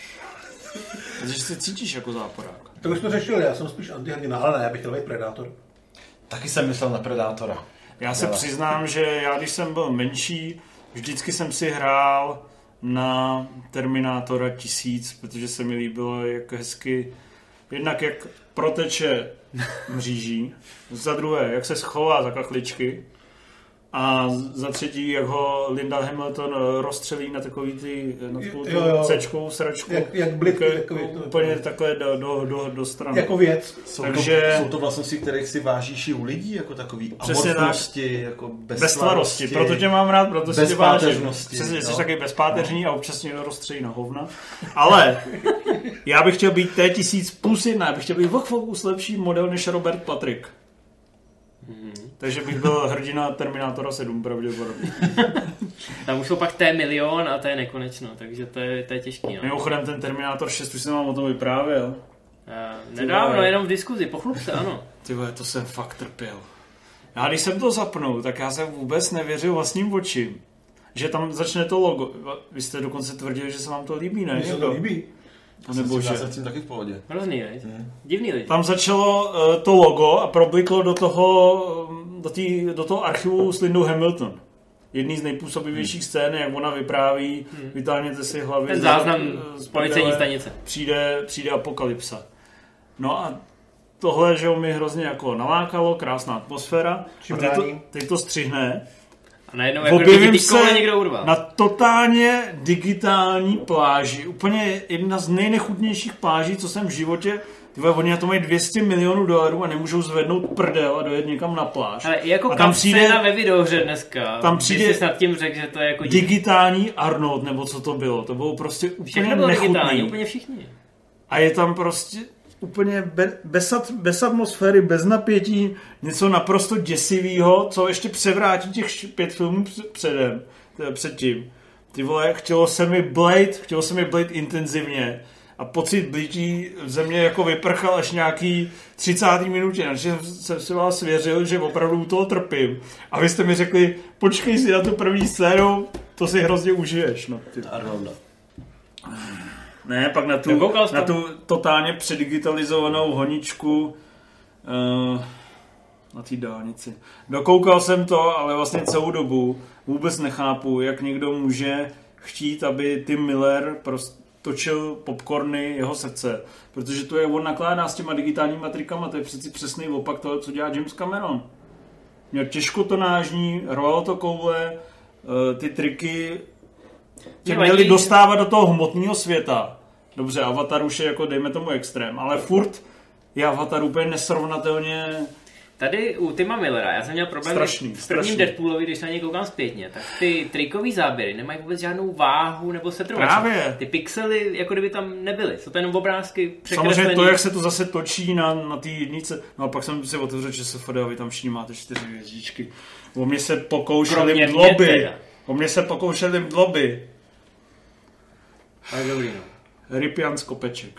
Takže se cítíš jako záporák. To už jsme řešili, já jsem spíš antihrdina, ale ne, já bych chtěl být predátor. Taky jsem myslel na predátora. Já se přiznám, že já když jsem byl menší, vždycky jsem si hrál na Terminátora 1000, protože se mi líbilo, jak hezky, jednak jak proteče mříží, za druhé, jak se schová za kachličky a za třetí, jak ho Linda Hamilton rozstřelí na takový ty, na takovou C-čkovou sračku. Jak bliky. Úplně takhle do strany. Jako věc. Jsou to vlastnosti, kterých si vážíš i u lidí, jako takový amorfnosti, jako beztvarosti. Proto tě mám rád, proto si tě vážím. Bezpáteřnosti. Přesně, jsi taky bezpáteřní a občas někdo rozstřelí na hovna. Ale Já bych chtěl být T-1000 plus 1, já bych chtěl být vochfokus lepší model než Robert Patrick. Takže bych byl hrdina Terminátora 7 pravděpodobně. Tam už jsou pak T-milion a to je nekonečno, takže to je těžký. No. Mimochodem ten Terminátor 6 už jsem vám o tom vyprávěl. Nedávno, jenom v diskuzi, pochlup se, ano. Ty vole, to jsem fakt trpěl. Já když jsem to zapnul, tak já jsem vůbec nevěřil vlastním očím. Že tam začne to logo. Vy jste dokonce tvrdili, že se vám to líbí, ne? Mně se to líbí. Nebo že? Já jsem s tím taky v pohodě. Hrozný, veď? Divný lidi. Tam začalo to logo a probliklo do toho archivu s Lindou Hamilton. Jedný z nejpůsobivějších scén, jak ona vypráví, vytáhněte si hlavy. Ten záznam z policejní stanice. Přijde apokalypsa. No a tohle, že mi hrozně jako nalákalo, krásná atmosféra. A teď to střihne. A najednou jako objevím se někdo urval. na totálně digitální pláži. Úplně jedna z nejnechutnějších pláží, co jsem v životě. Oni na to mají $200 milionů a nemůžou zvednout prdel a dojet někam na pláž. Ale jako a tam přijde na ve videohře dneska. Tam přijde nad tím řekl, že to je jako digitální Arnold, nebo co to bylo. To bylo prostě úplně bylo nechutný. digitální, úplně všichni. A je tam prostě úplně bez atmosféry, bez napětí, něco naprosto děsivého, co ještě převrátí těch 5 filmů předtím. Ty vole, chtělo se mi Blade intenzivně a pocit blití v země jako vyprchal až nějaký 30. minutě, takže jsem si vás věřil, že opravdu u toho trpím. A vy jste mi řekli, počkej si na tu první scénu, to si hrozně užiješ. No, Arnolda. Ne, pak na tu totálně předigitalizovanou honičku na té dálnici. Dokoukal jsem to, ale vlastně celou dobu vůbec nechápu, jak někdo může chtít, aby Tim Miller točil popcorny jeho srdce. Protože to je, on nakládá s těma digitálníma trikama, to je přeci přesný opak toho, co dělá James Cameron. Měl těžkotonážní, rvalo to koule, ty triky tě měli dostávat do toho hmotného světa. Dobře, Avatar už je jako, dejme tomu, extrém, ale furt je Avatar úplně nesrovnatelně. Tady u Tima Millera, já jsem měl problém s prvním Deadpoolovi, když na něj koukám zpětně, tak ty trikový záběry nemají vůbec žádnou váhu nebo setrvačnost. Právě. Ty pixely, jako kdyby tam nebyly, jsou to jenom obrázky překreslený. Samozřejmě to, jak se to zase točí na té jednice, no a pak jsem si otevřel ČSFD a vy tam všichni máte 4 hvězdičky. O mě se pokoušeli mdloby. Ale dobrý, no. Rypian z Kopeček.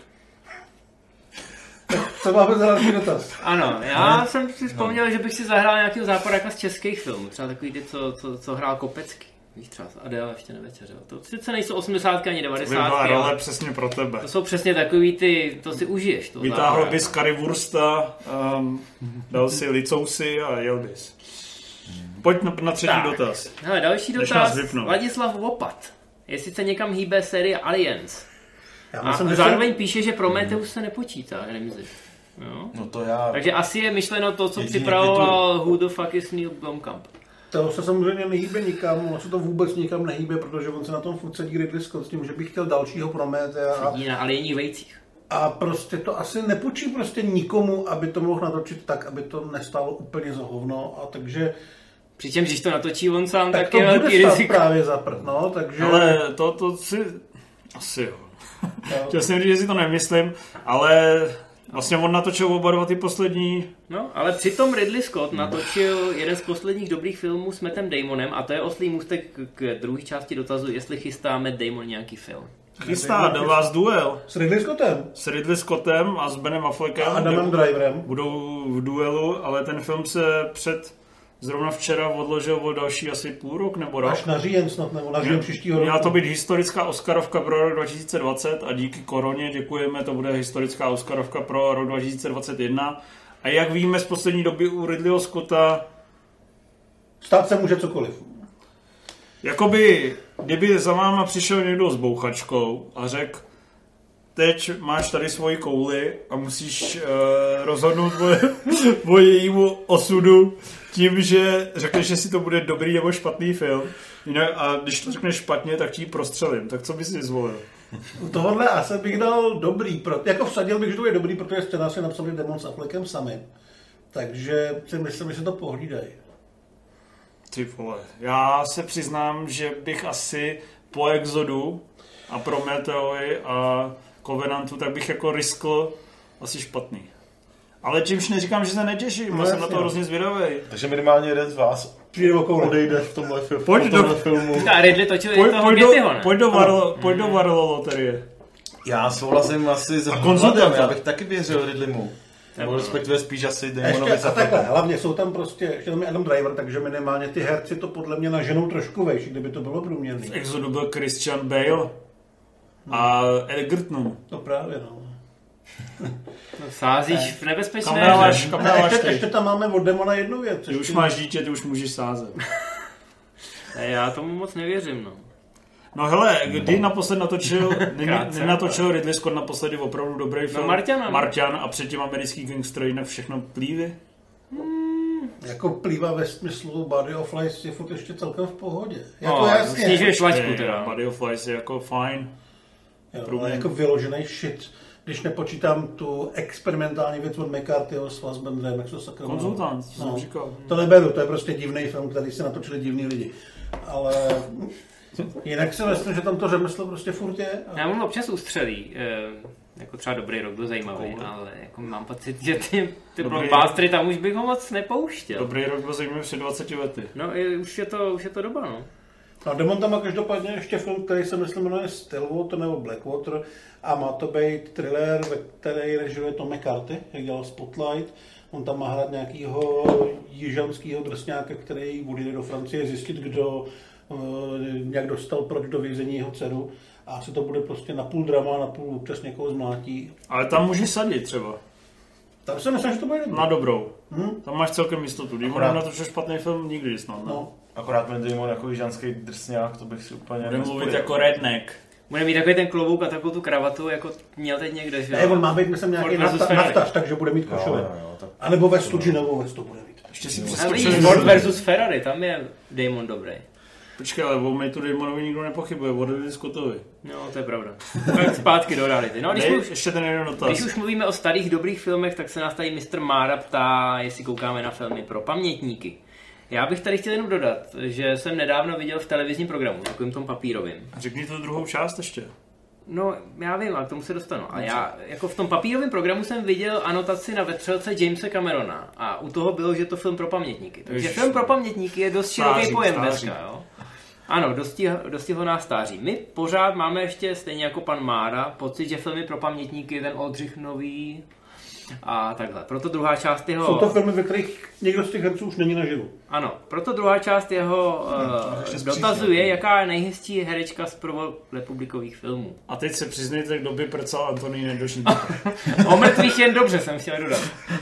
Co máme za další dotaz? Ano, já jsem si vzpomněl, že bych si zahrál nějakého záporáka z českých filmů. Třeba takový ty, co hrál Kopecký. Víš, třeba Adéla ještě nevečeřel. To sice nejsou 80 ani 90. To by byla role přesně pro tebe. To jsou přesně takový ty, to si užiješ. Vytáhl bys currywursta, dal si licousy a jel bys. Pojď na třetí dotaz. Hele, další dotaz. Ladislav Vopat. Jestli se někam hýbe série Aliens. A zároveň píše, že Prometheus se nepočítá, nemyslíš? Jo? No to já... Takže asi je myšleno to, co připravoval Who the fuck is Neil Blomkamp. To se samozřejmě nehýbe nikam, ono se to vůbec nikam nehýbe, protože on se na tom furt sedí Ridley Scott s tím, že bych chtěl dalšího Prometea. Sedí na alienních vejcích. A prostě to asi nepůjčí prostě nikomu, aby to mohl natočit tak, aby to nestálo úplně za hovno, a takže... Přičemž, když to natočí on sám, tak je velký riziko. Právě za prd, no, takže... Ale to si... Asi jo. Chtěl jsem říct, že si to nemyslím, ale vlastně on natočil oba dva ty poslední. No, ale přitom Ridley Scott natočil jeden z posledních dobrých filmů s Mattem Damonem a to je oslý můstek k druhé části dotazu, jestli chystá Matt Damon nějaký film. Chystá The Last Duel. S Ridley Scottem. S Ridley Scottem a s Benem Affleckem. A Adamem Driverem. Budou v duelu, ale ten film se zrovna včera odložil o další asi půl rok nebo rok. Až na říjen snad, nebo na říjen příštího roku. Měla to být historická Oscarovka pro rok 2020 a díky koroně děkujeme, to bude historická Oscarovka pro rok 2021. A jak víme z poslední doby u Ridleyho Scotta... Stát se může cokoliv. Jakoby, kdyby za váma přišel někdo s bouchačkou a řekl, teď máš tady svoji kouli a musíš rozhodnout o jejímu osudu tím, že řekneš, že si to bude dobrý nebo špatný film. A když to řekneš špatně, tak ti ji prostřelím. Tak co bys si zvolil? Tohle asi bych dal dobrý. Jako vsadil bych, že to je dobrý, protože scénář si napsali Damon s Affleckem sami. Takže si myslím, že se to pohlídají. Ty vole, já se přiznám, že bych asi po Exodu a Prometheovi a Covenantu, tak bych jako riskl asi špatný. Ale čímž neříkám, že se netěším, já jsem na to hrozně zvědavý. Takže minimálně jeden z vás odejde v tomhle filmu. A Ridley točil i toho Gettyho, ne? Pojď do Varlo loterie. Já souhlasím asi s Vladem, já bych taky věřil Ridleymu. Nebo respektive spíš asi Damonovi. A takhle, hlavně jsou tam prostě, ještě tam je Adam Driver, takže minimálně ty herci to podle mě naženou trošku vejš, kdyby to bylo průměrný. V Exodu byl Christian Bale a Egerton. To právě, no. No, sázíš v nebezpečné. Kam dáváš ještě tam máme od Demona jednu věc. Ty už máš dítě, ty už můžeš sázet. Já tomu moc nevěřím, no. No hele, kdy naposled natočil Ridley Scott naposledy opravdu dobrý film? Marťan a předtím Americký gangster, jinak všechno plívy? Jako plývá ve smyslu Body of Lies je furt ještě celkem v pohodě. Jako no, jasně. Snížuješ laťku teda. Body of Lies je jako fajn. Jo, jako vyložený shit. Když nepočítám tu experimentální věc od McCarthyho s Fassbenderem, jak to sakra. Konzultant, jsem říkal. To neberu, to je prostě divný film, který si natočili divní lidi. Ale jinak si myslím, že tam to řemeslo prostě furt je. Já mu občas ustřelí. Jako třeba Dobrý rok byl zajímavý, ale jako mám pocit, že ty blockbustery tam už bych ho moc nepouštěl. Dobrý rok byl zajímavý před 20 lety. No, už je to doba, no. No, Demon tam má každopádně ještě film, který se myslím jmenuje Stillwater nebo Blackwater a má to být thriller, ve který režiruje Tom McCarthy, jak dělal Spotlight. On tam má hrát nějakýho jižanskýho drsňáka, který odjede do Francie zjistit, kdo nějak dostal proč do vězení jeho dceru. A asi to bude prostě napůl drama, napůl občas někoho zmlátí. Ale tam může sadit třeba. Tam se myslím, že to bude dobrý. Na dobrou. Tam máš celkem jistotu. Demon natočil špatný film nikdy snad, ne? No. Akorát mě Demon jako jižanský drsňák, to bych si úplně bude mluvit jako redneck. Bude mít takový ten klobouk a takovou tu kravatu, jako měl teď někde, že? Ne, on má být, myslím, nějaký naftař, takže bude mít košové. A nebo vestu, džinovou vestu bude mít. Ještě si Ford versus Ferrari, tam je Damon dobrý. Počkej, ale o Mateu Damonovi nikdo nepochybuje, o Ridley Scottovi. No, to je pravda. Tak zpátky do reality. No, když už mluvíme o starých dobrých filmech, tak se nás tady Mr. Mára ptá, jestli koukáme na filmy pro pamětníky. Já bych tady chtěl jenom dodat, že jsem nedávno viděl v televizním programu, takovým tom papírovým. Řekni tu druhou část ještě. No, já vím, ale k tomu se dostanu. A já jako v tom papírovém programu jsem viděl anotaci na vetřelce Jamesa Camerona. A u toho bylo, že je to film pro pamětníky. Takže film pro pamětníky je dost široký pojem dneska, jo. Ano, dosti ho nás stáří. My pořád máme ještě, stejně jako pan Mára, pocit, že filmy pro pamětníky je ten Oldřich Nový a takhle. Proto druhá část jeho... Jsou to filmy, ve kterých někdo z těch herců už není naživu. Ano, proto druhá část jeho dotazuje, jaká je nejhezčí herečka z prvorepublikových filmů. A teď se přiznejte, kdo by prcal Antonín Nedošník. O mrtvých jen dobře jsem chtěl dodat.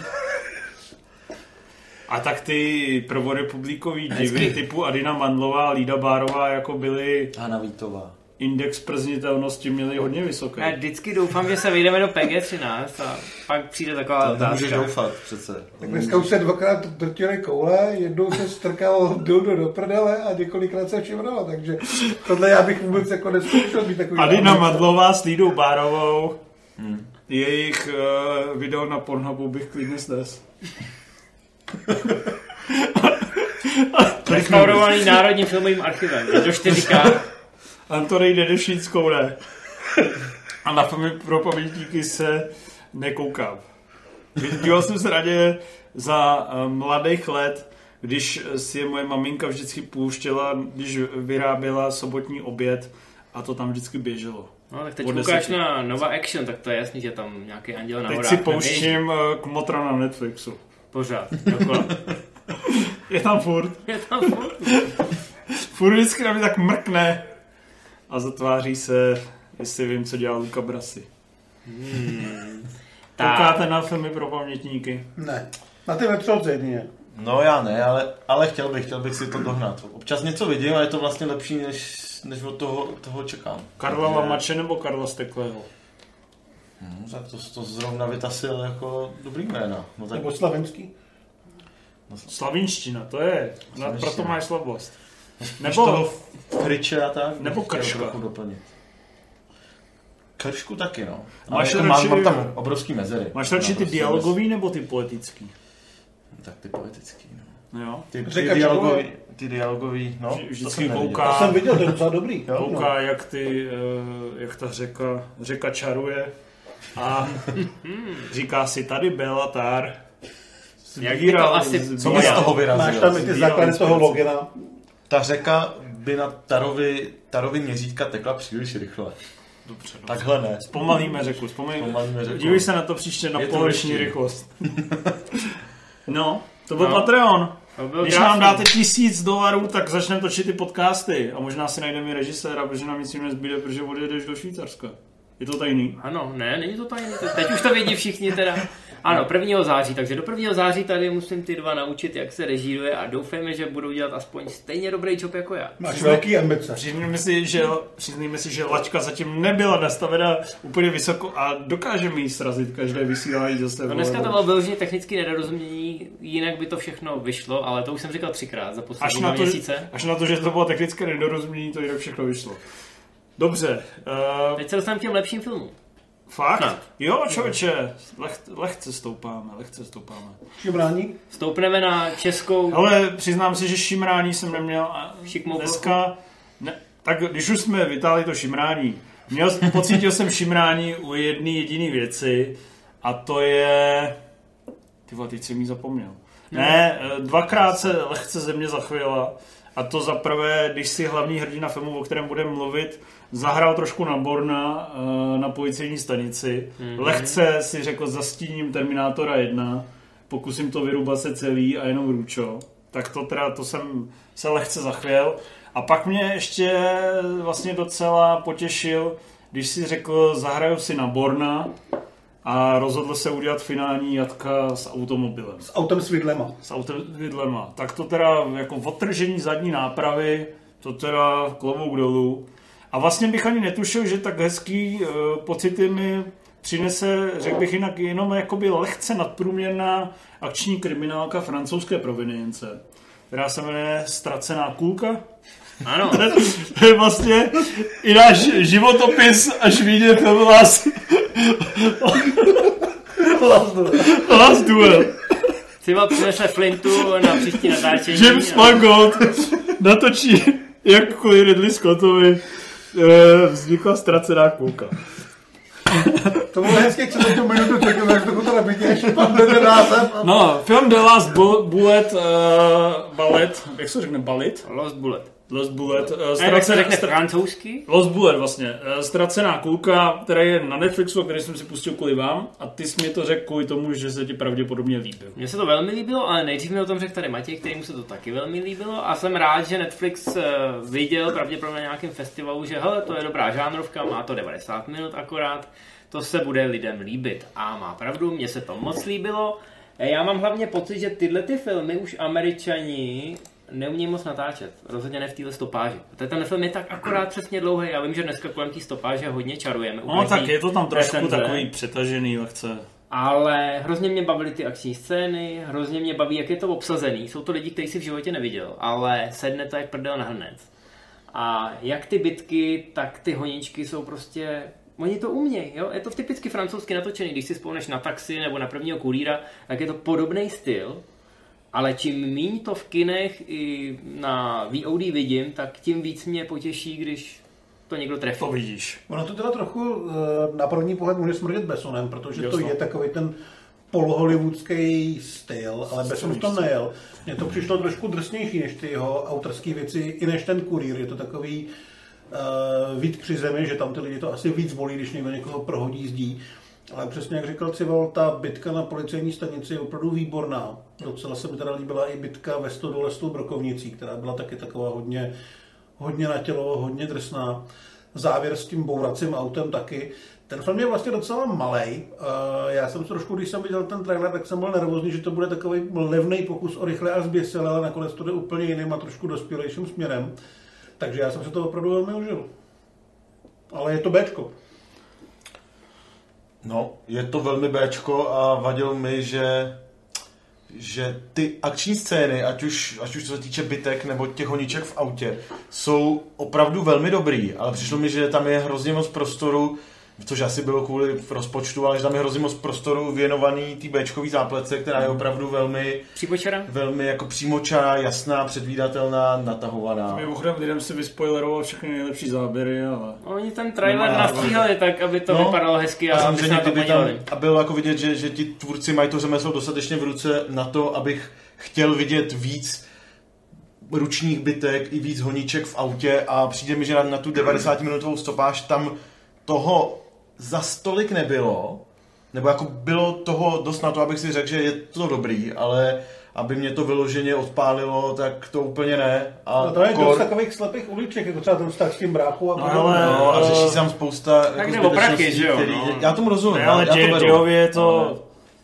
A tak ty prvorepublikový divy typu Adina Mandlová a Lída Bárová jako byly... Hanna Vítová. Index prznitelnosti měli hodně vysoký. Já vždycky doufám, že se vyjdeme do PG-13 a pak přijde taková otázka. Můžeš doufat přece. Tak dneska už se dvakrát drtili koule, jednou se strkal dildo do prdele a několikrát se všimnalo, takže tohle já bych vůbec jako neskoušel být takový... Adina Mandlová s Lídou Bárovou, jejich video na Pornhubu bych klidně snes. Restaurovaný Národním filmovým archivem. Což ty říká... Antonín Nedošnickou ne. A na filmy pro pamětníky se nekoukám. Díval jsem se radě za mladých let, když si je moje maminka vždycky pouštěla, když vyráběla sobotní oběd a to tam vždycky běželo. No tak teď koukáš na Nova Action, tak to je jasný, že tam nějaký anděl na horách. Teď si pouštím Kmotra na Netflixu. Pořád, dokola. Je tam furt. Furt vždycky na mě tak mrkne a zatváří se, jestli vím, co dělá Luca Brasi. Koukáte na filmy pro pamětníky? Ne. Na ty vetřelce jedině. No já ne, ale chtěl bych si to dohnat. Občas něco vidím a je to vlastně lepší, než od toho čekám. Karla Lamače nebo Karla Steklého? Tak to zrovna vytasil jako dobrý jména. No, tak... Nebo Slavenský? Slavinština, to je. Proto máš slabost. Nebo Kryče a tak. Nebo Krška. Kršku taky, no. Mám tam obrovský mezery. Máš radši ty dialogový nebo ty poetický? Tak ty poetický, no. Jo. Ty dialogový, no. Vždycky kouká. To jsem viděl, to je docela dobrý. Kouká, jak ta řeka čaruje a říká si, tady Bellatar. Jak by to asi... Co by z toho vyrazil? Máš tam i ty základy toho logina. Ta řeka by na Tarovi měřítka tekla příliš rychle. Dobře. Takhle ne. Zpomalíme řeku. Dívej se na to příště na površní rychlost. No, to byl Patreon. Když nám dáte $1000, tak začneme točit ty podcasty a možná si najdeme i režiséra, protože nám nic jiného nezbyde, protože odjedeš do Švýcarska. Je to tajný? Ano, ne, není to tajný. Teď už to vědí všichni teda. Ano, 1. září, takže do 1. září tady musím ty dva naučit, jak se režíruje a doufejme, že budou dělat aspoň stejně dobrý job jako já. Máš velký ambice. Přiznejme si, že laťka zatím nebyla nastavena úplně vysoko a dokážeme jí srazit každé vysílání zase. No dneska to bylo vyloženě technické nedorozumění, jinak by to všechno vyšlo, ale to už jsem říkal 3krát za poslední 2 měsíce. Až na to, že to bylo technické nedorozumění, to jinak všechno vyšlo. Dobře. Teď se dostaneme k těm lepším filmům. Fakt? No. Jo, člověče, lehce stoupáme. Šimrání? Stoupneme na českou... Ale přiznám si, že šimrání jsem neměl dneska. Ne, tak když už jsme vytáhli to šimrání, pocítil jsem šimrání u jedné jediné věci a to je... Teď jsem jí zapomněl. Ne, 2krát se lehce země zachvěla a to za prvé, když si hlavní hrdina filmu, o kterém budeme mluvit, zahrál trošku na Borna na policejní stanici. Lehce si řekl, zastíním Terminátora 1, pokusím to vyrubat se celý a jenom růčo. Tak to jsem se lehce zachvěl. A pak mě ještě vlastně docela potěšil, když si řekl, zahraju si na Borna a rozhodl se udělat finální jatka s automobilem. S autem s vidlema. Tak to teda jako odtržení zadní nápravy, to teda klobouk dolů. A vlastně bych ani netušil, že tak hezký pocity mi přinese, řekl bych jinak, jenom jakoby lehce nadprůměrná akční kriminálka francouzské provenience, která se jmenuje Ztracená kulka. Ano. To je vlastně i náš životopis, až vyjde film Last Duel. Třeba přinese Flintu na příští natáčení. James Mangold natočí, jak kvůli Ridley Scottovi vznikla Ztracená kulka. To bylo hezky, jak se za tu minutu čekám, až to nabídě, pan ten název. No, film The Last Bullet, Ballet, jak se řekne Ballet? Lost Bullet. Jak se řekne francouzsky? Lost Bullet vlastně. Ztracená kulka, která je na Netflixu, který jsem si pustil kvůli vám a ty jsi mi to řekl kvůli tomu, že se ti pravděpodobně líbil. Mně se to velmi líbilo, ale nejdřív mi o tom řekl tady Matěj, kterému se to taky velmi líbilo a jsem rád, že Netflix viděl pravděpodobně na nějakém festivalu, že hele, to je dobrá žánrovka, má to 90 minut akorát, to se bude lidem líbit. A má pravdu, mně se to moc líbilo. Já mám hlavně pocit, že tyhle ty filmy už Američani neumí moc natáčet. Rozhodně ne v téhle stopáži. Ten film je tak akorát přesně dlouhý. Já vím, že dneska kolem té stopáže hodně čarujeme. No tak je to tam trošku takový přetažený lehce. Ale hrozně mě bavily ty akční scény, hrozně mě baví, jak je to obsazený. Jsou to lidi, kteří si v životě neviděl, ale sedne to jak prdel na hrnec. A jak ty bitky, tak ty honičky jsou prostě... Oni to umějí, jo? Je to typicky francouzsky natočený. Když si vzpomeneš na Taxi nebo na Prvního kurýra, tak je to podobný styl. Ale čím míň to v kinech i na VOD vidím, tak tím víc mě potěší, když to někdo trefí. To vidíš. Ono to teda trochu na první pohled může smrdět Bessonem, protože to je takový ten polohollywoodský styl, ale Besson v tom nejel. Mně to přišlo trošku drsnější než ty jeho autorské věci, i než ten kurýr. Je to takový vít při zemi, že tam ty lidi to asi víc bolí, když někdo někoho prohodí zdí. Ale přesně jak říkal Cival, ta bitka na policejní stanici je opravdu výborná. Docela se mi teda líbila i bitka ve Stodole s tou brokovnicí, která byla taky taková hodně na tělo, hodně drsná. Závěr s tím bouracím autem taky. Ten film je vlastně docela malej. Já jsem trošku, když jsem viděl ten trailer, tak jsem byl nervózní, že to bude takový levný pokus o rychle a zběsile, ale nakonec to jde úplně jiným a trošku dospělejším směrem. Takže já jsem se to opravdu velmi užil. Ale je to Bčko. No, je to velmi Bčko a vadilo mi, že ty akční scény, ať už co se týče bitek nebo těch honiček v autě, jsou opravdu velmi dobrý, ale přišlo mi, že tam je hrozně moc prostoru což asi bylo kvůli rozpočtu, ale že tam je hrozně moc prostoru věnovaný té Bčkový zápletce, která je opravdu velmi jako přímočará, jasná, předvídatelná, natahovaná. Mimochodem lidem si vyspoileroval všechny nejlepší záběry, ale... Oni ten trailer nastříhali tak, aby to vypadalo hezky a aby se na to podívali. A bylo jako vidět, že ti tvůrci mají to řemeslo dostatečně v ruce na to, abych chtěl vidět víc ručních bitek i víc honíček v autě a přijde mi, že na tu 90-minutovou stopáž tam toho za stolik nebylo, nebo jako bylo toho dost na to, abych si řekl, že je to dobrý, ale aby mě to vyloženě odpálilo, tak to úplně ne. A to je dost takových slepých uliček, jako třeba ten vztah s tím bráchou a řeší se tam spousta tak jako zbytečností, že jo? Já tomu rozumím. Ne, ale dějově je to...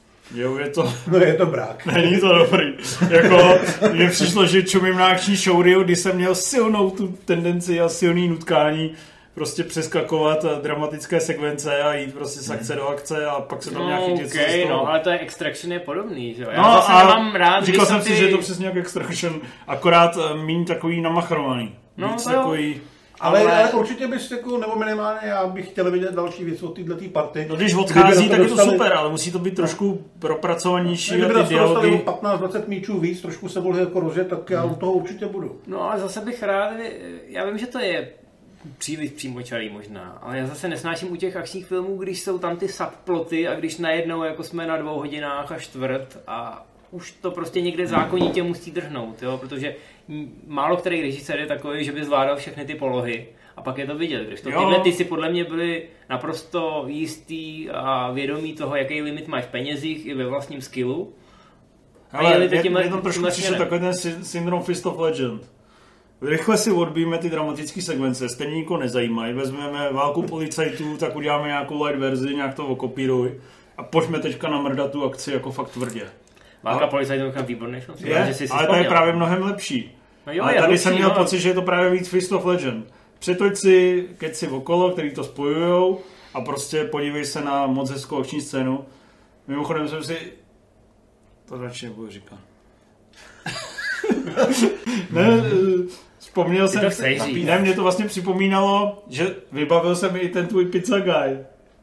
No je to brák. Není to dobrý. Jako, mně přišlo, že čumím na akční showreel, kdy jsem měl silnou tu tendenci a silný nutkání prostě přeskakovat dramatické sekvence a jít prostě z akce do akce a pak se tam nějaký něco no, ale to je Extraction je podobný, že jo? Já zase nemám rád, říkal jsem si, že je to přesně jak Extraction, akorát míň takový namachrovaný. Víc takový... Ale určitě bys jako, nebo minimálně já bych chtěl vidět další věc od této party. No když odchází, tak je to super, ale musí to být trošku propracovanější a ty dialogy. 15-20 míčů víc, trošku se mohli jako rozjet, tak já u toho určitě budu. No ale zase bych rád, já vím, že to je příliš přímočarý možná, ale já zase nesnáším u těch akčních filmů, když jsou tam ty subploty a když najednou jako jsme na 2 hodinách a čtvrt a už to prostě někde zákonitě musí drhnout, jo, protože málo který režisér je takový, že by zvládal všechny ty polohy a pak je to vidět, když to tyhle ty si podle mě byli naprosto jistý a vědomí toho, jaký limit mají v penězích i ve vlastním skillu. Ale je to trošku přišel takový ten syndrom Fist of Legend. Rychle si odbijeme ty dramatické sekvence, stejně nikoho nezajímají, vezmeme válku policajtů, tak uděláme nějakou light verzi, nějak to okopíruj a pojďme teďka namrdat tu akci jako fakt tvrdě. Válka policajtů je výborný film. Ale to je právě mnohem lepší. No jo, ale tady jsem měl pocit, že je to právě víc Fist of Legend. Přetoď si keci okolo, který to spojujou a prostě podívej se na moc hezkou akční scénu. Mimochodem jsem si... To radši nebudu říkat. Ne, vzpomněl jsem si... Ne, mě to vlastně připomínalo, že vybavil jsem i ten tvůj pizza guy.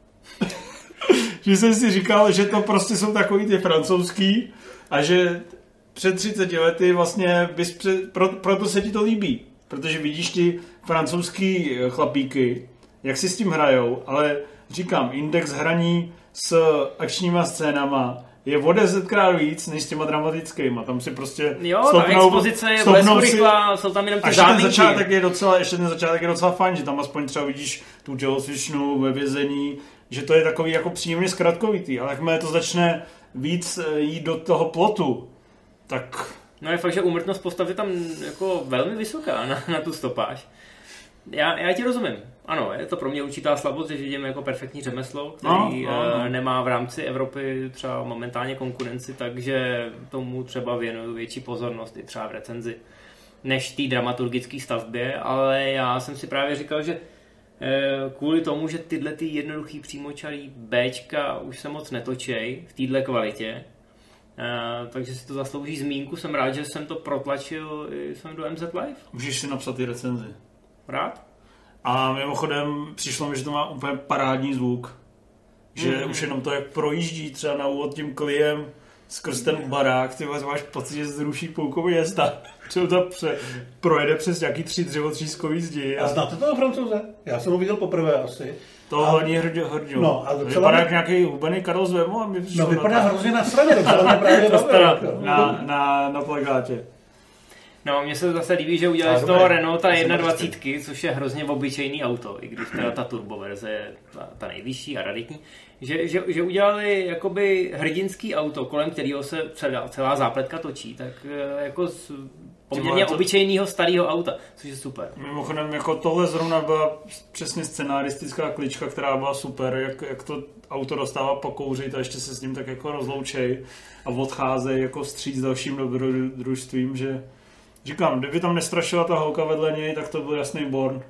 Že jsem si říkal, že to prostě jsou takový ty francouzský a že před 30 lety vlastně proto se ti to líbí. Protože vidíš ty francouzský chlapíky, jak si s tím hrajou, ale říkám, index hraní s akčníma scénama je o 10krát víc než s těma dramatickýma. Tam si prostě ta expozice je bleskurychlá, jsou tam jenom ty záminky. Ještě ten začátek je docela fajn, že tam aspoň třeba vidíš tu tělocvičnu ve vězení, že to je takový jako příjemně zkratkovitý, ale jakmile to začne víc jít do toho plotu, tak... No je fakt, že úmrtnost postav je tam jako velmi vysoká na tu stopáž. Já ti rozumím. Ano, je to pro mě určitá slabost, že vidím jako perfektní řemeslo, který nemá v rámci Evropy třeba momentálně konkurenci, takže tomu třeba věnuju větší pozornost i třeba v recenzi, než té dramaturgické stavbě, ale já jsem si právě říkal, že kvůli tomu, že tyhle ty jednoduchý přímočarý Bčka už se moc netočej v téhle kvalitě, takže si to zaslouží zmínku. Jsem rád, že jsem to protlačil jsem do MZ Live. Můžeš si napsat i recenzi. Rád? A mimochodem přišlo mi, že to má úplně parádní zvuk. Že už jenom to, jak projíždí třeba na úvod tím kliem skrz ten barák, ty máš pocit, že zruší poukový jezda. Třeba to projede přes nějaký 3 dřevotřískový zdi. A znáte toho Francouze? Já jsem ho viděl poprvé asi. To hlavní hrdinu. No, a vypadá jak nějaký hubený Karel z Vemo. No vypadá hrozně na straně, docela právě na plakátě. No, mně se zase líbí, že udělali z toho Renaulta 21, což je hrozně obyčejný auto, i když teda ta turboverze je ta nejvyšší a raditní, že udělali jakoby hrdinský auto, kolem kterého se celá zápletka točí, tak jako z poměrně obyčejného starého auta, což je super. Mimochodem, jako tohle zrovna byla přesně scenaristická klička, která byla super, jak to auto dostává pokouřit a ještě se s ním tak jako rozloučej a odcházejí jako vstříc dalším dobrodružstvím, že říkám, kdyby tam nestrašila ta holka vedle něj, tak to byl jasný Born.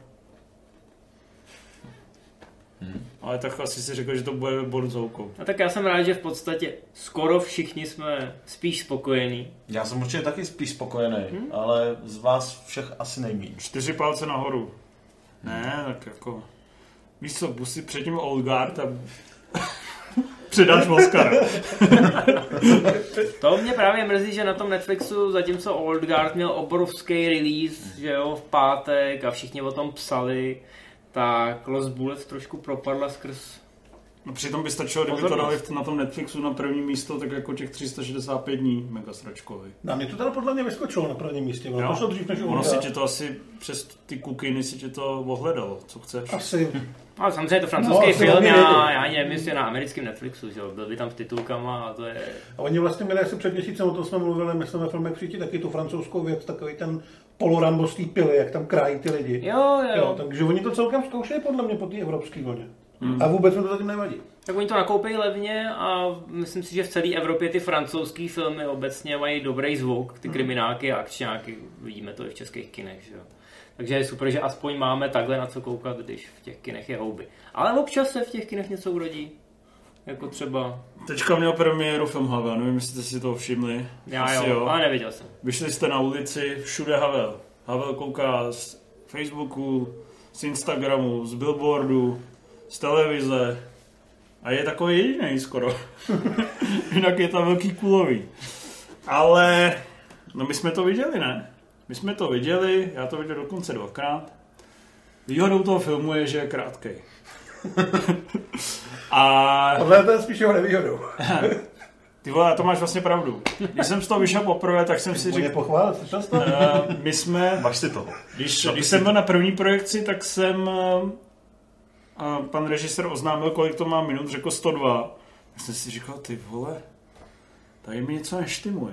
Ale tak asi si řekl, že to bude Born s holkou. A tak já jsem rád, že v podstatě skoro všichni jsme spíš spokojení. Já jsem určitě taky spíš spokojený, ale z vás všech asi nejméně. 4 palce nahoru. Ne, tak jako... Víš co, pustit předtím Old Guard a předáš Oscara. To mě právě mrzí, že na tom Netflixu, zatímco Old Guard měl obrovský release, že jo, v pátek a všichni o tom psali, tak Lost Bullets trošku propadla skrz... No přitom by stačilo, kdyby to dali na tom Netflixu na první místo, tak jako těch 365 dní mega sračkový. Na mě to teda podle mě vyskočilo na prvním místě, ono to dřív než ono si tě to asi přes ty kukiny si tě to ohledalo, co chceš. Asi. Ale samozřejmě je to francouzský film, já ani nevím, jestli je na americkém Netflixu, že jo, byl by tam s titulkama a to je... A oni vlastně měli asi před měsícem, o tom jsme mluvili, myslím ve filmech Přijít taky tu francouzskou věc, takový ten polorambo z té pily, jak tam krájí ty lidi. Jo. Takže oni to celkem zkoušejí podle mě po té evropské vlně. A vůbec mi to zatím nevadí. Tak oni to nakoupí levně a myslím si, že v celé Evropě ty francouzský filmy obecně mají dobrý zvuk, ty kriminálky a akčňáky, vidíme to i v českých kinech, že jo. Takže je super, že aspoň máme takhle na co koukat, když v těch kinech je houby. Ale občas se v těch kinech něco urodí. Jako třeba... Teďka měl premiéru film Havel, nevím, jestli jste si to všimli. Já jo, ale neviděl jsem. Vyšli jste na ulici, všude Havel. Havel kouká z Facebooku, z Instagramu, z billboardu, z televize. A je takový jediný skoro. Jinak je tam velký kulový. Ale, no my jsme to viděli, ne? My jsme to viděli, já to viděl dokonce 2krát. Výhodou toho filmu je, že je krátkej. A... Tohle to je spíš jeho nevýhodou. Ty vole, to máš vlastně pravdu. Když jsem z toho vyšel poprvé, tak jsem si řekl... pochválit, slyšel jsi to? My jsme... Máš si toho. Když jsem byl na první projekci, tak jsem... pan režisér oznámil, kolik to má minut, řekl 102. Tak jsem si říkal, ty vole, tady mi něco neštymuje.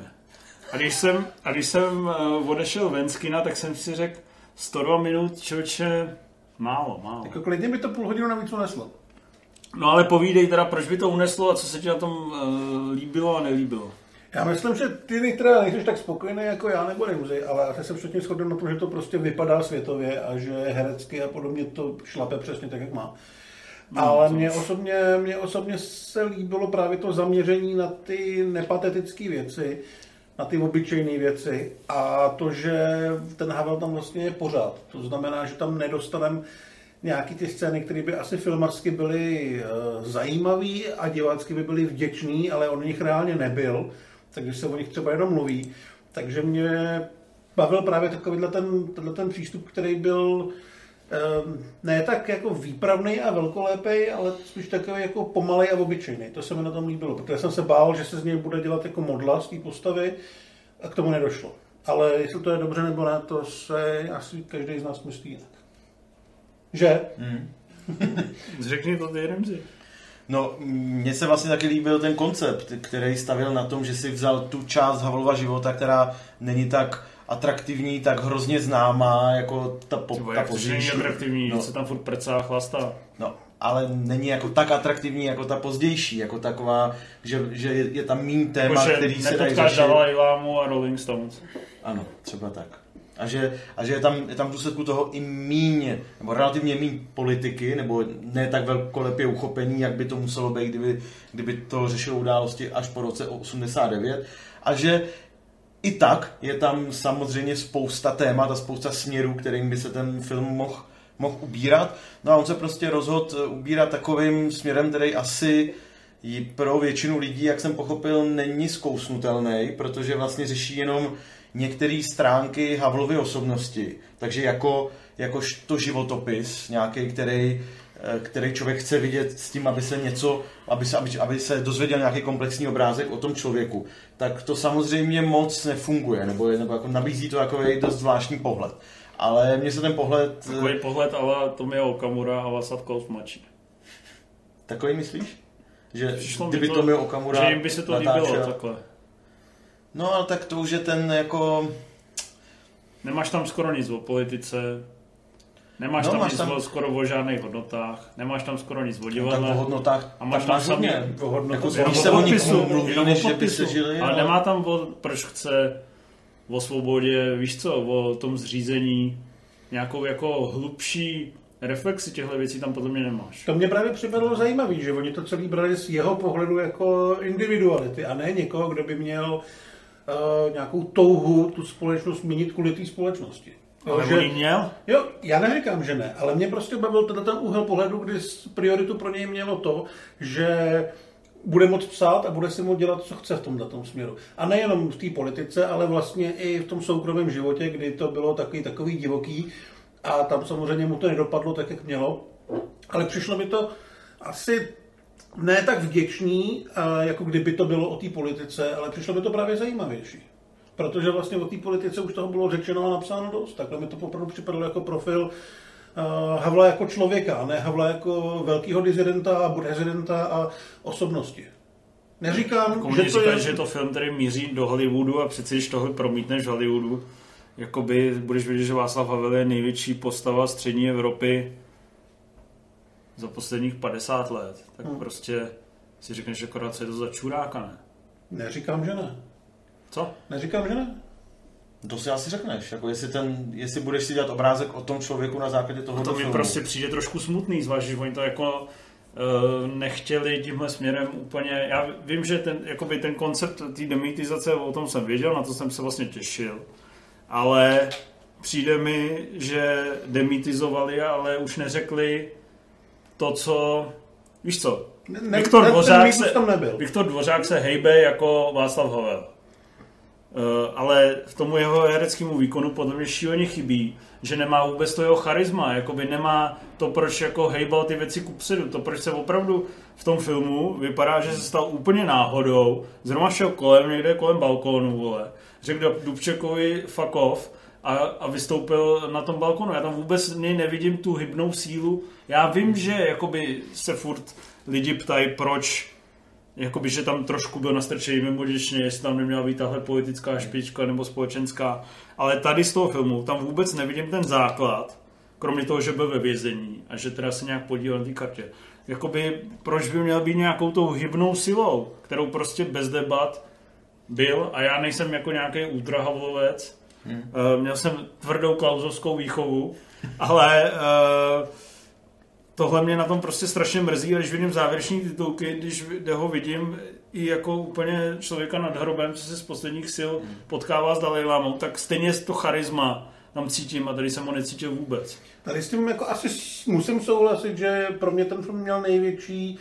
A když jsem odešel ven z kina, tak jsem si řekl 102 minut, člověče, málo. Jako klidně by to půl hodinu navíc uneslo. No ale povídej teda, proč by to uneslo a co se ti na tom líbilo a nelíbilo? Já myslím, že ty teda nejseš tak spokojený jako já nebo Rimzy, ale asi se všichni shodneme na tom, že to prostě vypadá světově a že herecky a podobně to šlape přesně tak, jak má. Ale mně osobně se líbilo právě to zaměření na ty nepatetické věci, na ty obyčejné věci a to, že ten Havel tam vlastně je pořád. To znamená, že tam nedostaneme nějaký ty scény, které by asi filmarsky byly zajímavý a divácky by byly vděčný, ale on nich reálně nebyl, takže se o nich třeba jenom mluví. Takže mě bavil právě takovýhle ten přístup, který byl ne tak jako výpravný a velkolepej, ale spíš takový jako pomalej a obyčejný. To se mi na tom líbilo, protože jsem se bál, že se z něj bude dělat jako modla z té postavy a k tomu nedošlo. Ale jestli to je dobře nebo ne, to se asi každý z nás myslí jinak. Že? Řekni to ty, Remzi. No, mně se vlastně taky líbil ten koncept, který stavil na tom, že si vzal tu část Havelova života, která není tak atraktivní, tak hrozně známá, jako ta pozdější. Není atraktivní, no. se tam furt prcá chlastá. No, ale není jako tak atraktivní, jako ta pozdější, jako taková, že je tam méně téma, který se dají řešit. Dalai Lámu a Rolling Stones. Ano, třeba tak. A že je tam v důsledku toho i míň, nebo relativně míň politiky, nebo ne tak velkolepě uchopení, jak by to muselo být, kdyby to řešilo události až po roce 89. A že i tak je tam samozřejmě spousta témat a spousta směrů, kterým by se ten film mohl ubírat. No a on se prostě rozhodl ubírat takovým směrem, který asi pro většinu lidí, jak jsem pochopil, není zkousnutelný, protože vlastně řeší jenom některé stránky Havelovy osobnosti. Takže jakožto životopis nějaký, který člověk chce vidět s tím, aby se dozvěděl nějaký komplexní obrázek o tom člověku, tak to samozřejmě moc nefunguje, nebo jako nabízí to takový dost zvláštní pohled. Ale mně se ten pohled... Takový pohled ale Tomio Okamura a Václav Klaus mladší. Takový myslíš? Že Přišlo kdyby to, Tomio Okamura že jim by se to líbilo takhle. No ale tak to už je ten jako... Nemáš tam skoro nic o politice, nemáš tam nic skoro o žádných hodnotách, nemáš tam skoro nic o divadle. Tak o hodnotách a máš tam samý o hodnotách. Jako se o nikomu mluví, než že by se žili. Ale nemá tam proč chce o svobodě, víš co, o tom zřízení, nějakou jako hlubší reflexi těchto věcí tam podle mě nemáš. To mě právě připadalo zajímavý, že oni to celý brali z jeho pohledu jako individuality a ne někoho, kdo by měl nějakou touhu tu společnost měnit kvůli té společnosti. Ale on ji měl? Jo, já neříkám, že ne, ale mě prostě bavil ten úhel pohledu, kdy prioritu pro něj mělo to, že bude moct psát a bude si moct dělat, co chce v tomto směru. A nejenom v té politice, ale vlastně i v tom soukromém životě, kdy to bylo takový divoký a tam samozřejmě mu to nedopadlo tak, jak mělo. Ale přišlo mi to asi ne tak vděčný, jako kdyby to bylo o té politice, ale přišlo mi to právě zajímavější. Protože vlastně o té politice už toho bylo řečeno a napsáno dost. Takhle mi to opravdu připadalo jako profil Havla jako člověka, ne Havla jako velkého disidenta a rezidenta a osobnosti. Neříkám, že je to film, který míří do Hollywoodu a přeci, když toho promítneš v Hollywoodu, jakoby budeš vidět, že Václav Havel je největší postava střední Evropy za posledních 50 let. Tak prostě si řekneš, že akorát co je to za čuráka, ne? Neříkám, že ne. Co? Neříkám, že ne. To si asi řekneš, jako jestli budeš si dělat obrázek o tom člověku na základě toho filmu. To mi prostě přijde trošku smutný, zvlášť, že oni to jako nechtěli tímhle směrem úplně. Já vím, že ten koncept té demitizace, o tom jsem věděl, na to jsem se vlastně těšil, ale přijde mi, že demitizovali, ale už neřekli to, co... Víš co? Viktor Dvořák se hejbe jako Václav Havel. Ale v tomu jeho hereckému výkonu podle mě šíleně chybí, že nemá vůbec to jeho charisma, jakoby nemá to, proč jako hejbal ty věci kupředu, to, proč se opravdu v tom filmu vypadá, že se stal úplně náhodou, zrovna šel někde kolem balkónu, vole, řekl Dubčekovi fuck off a vystoupil na tom balkonu. Já tam vůbec nevidím tu hybnou sílu. Já vím, že jakoby se furt lidi ptají, proč jakoby, že tam trošku byl nastrčený mimoděčně, jestli tam neměla být tahle politická špička nebo společenská, ale tady z toho filmu tam vůbec nevidím ten základ, kromě toho, že byl ve vězení a že teda se nějak podílel na té kartě. Jakoby, proč by měl být nějakou tou hybnou silou, kterou prostě bez debat byl, a já nejsem jako nějaký ultrahavlovec, měl jsem tvrdou klauzovskou výchovu, ale tohle mě na tom prostě strašně mrzí, a když vidím závěreční titulky, když ho vidím i jako úplně člověka nad hrobem, co se z posledních sil potkává s Dalajlámou, tak stejně to charisma tam cítím a tady jsem ho necítil vůbec. Tady s tím jako asi musím souhlasit, že pro mě ten film měl největší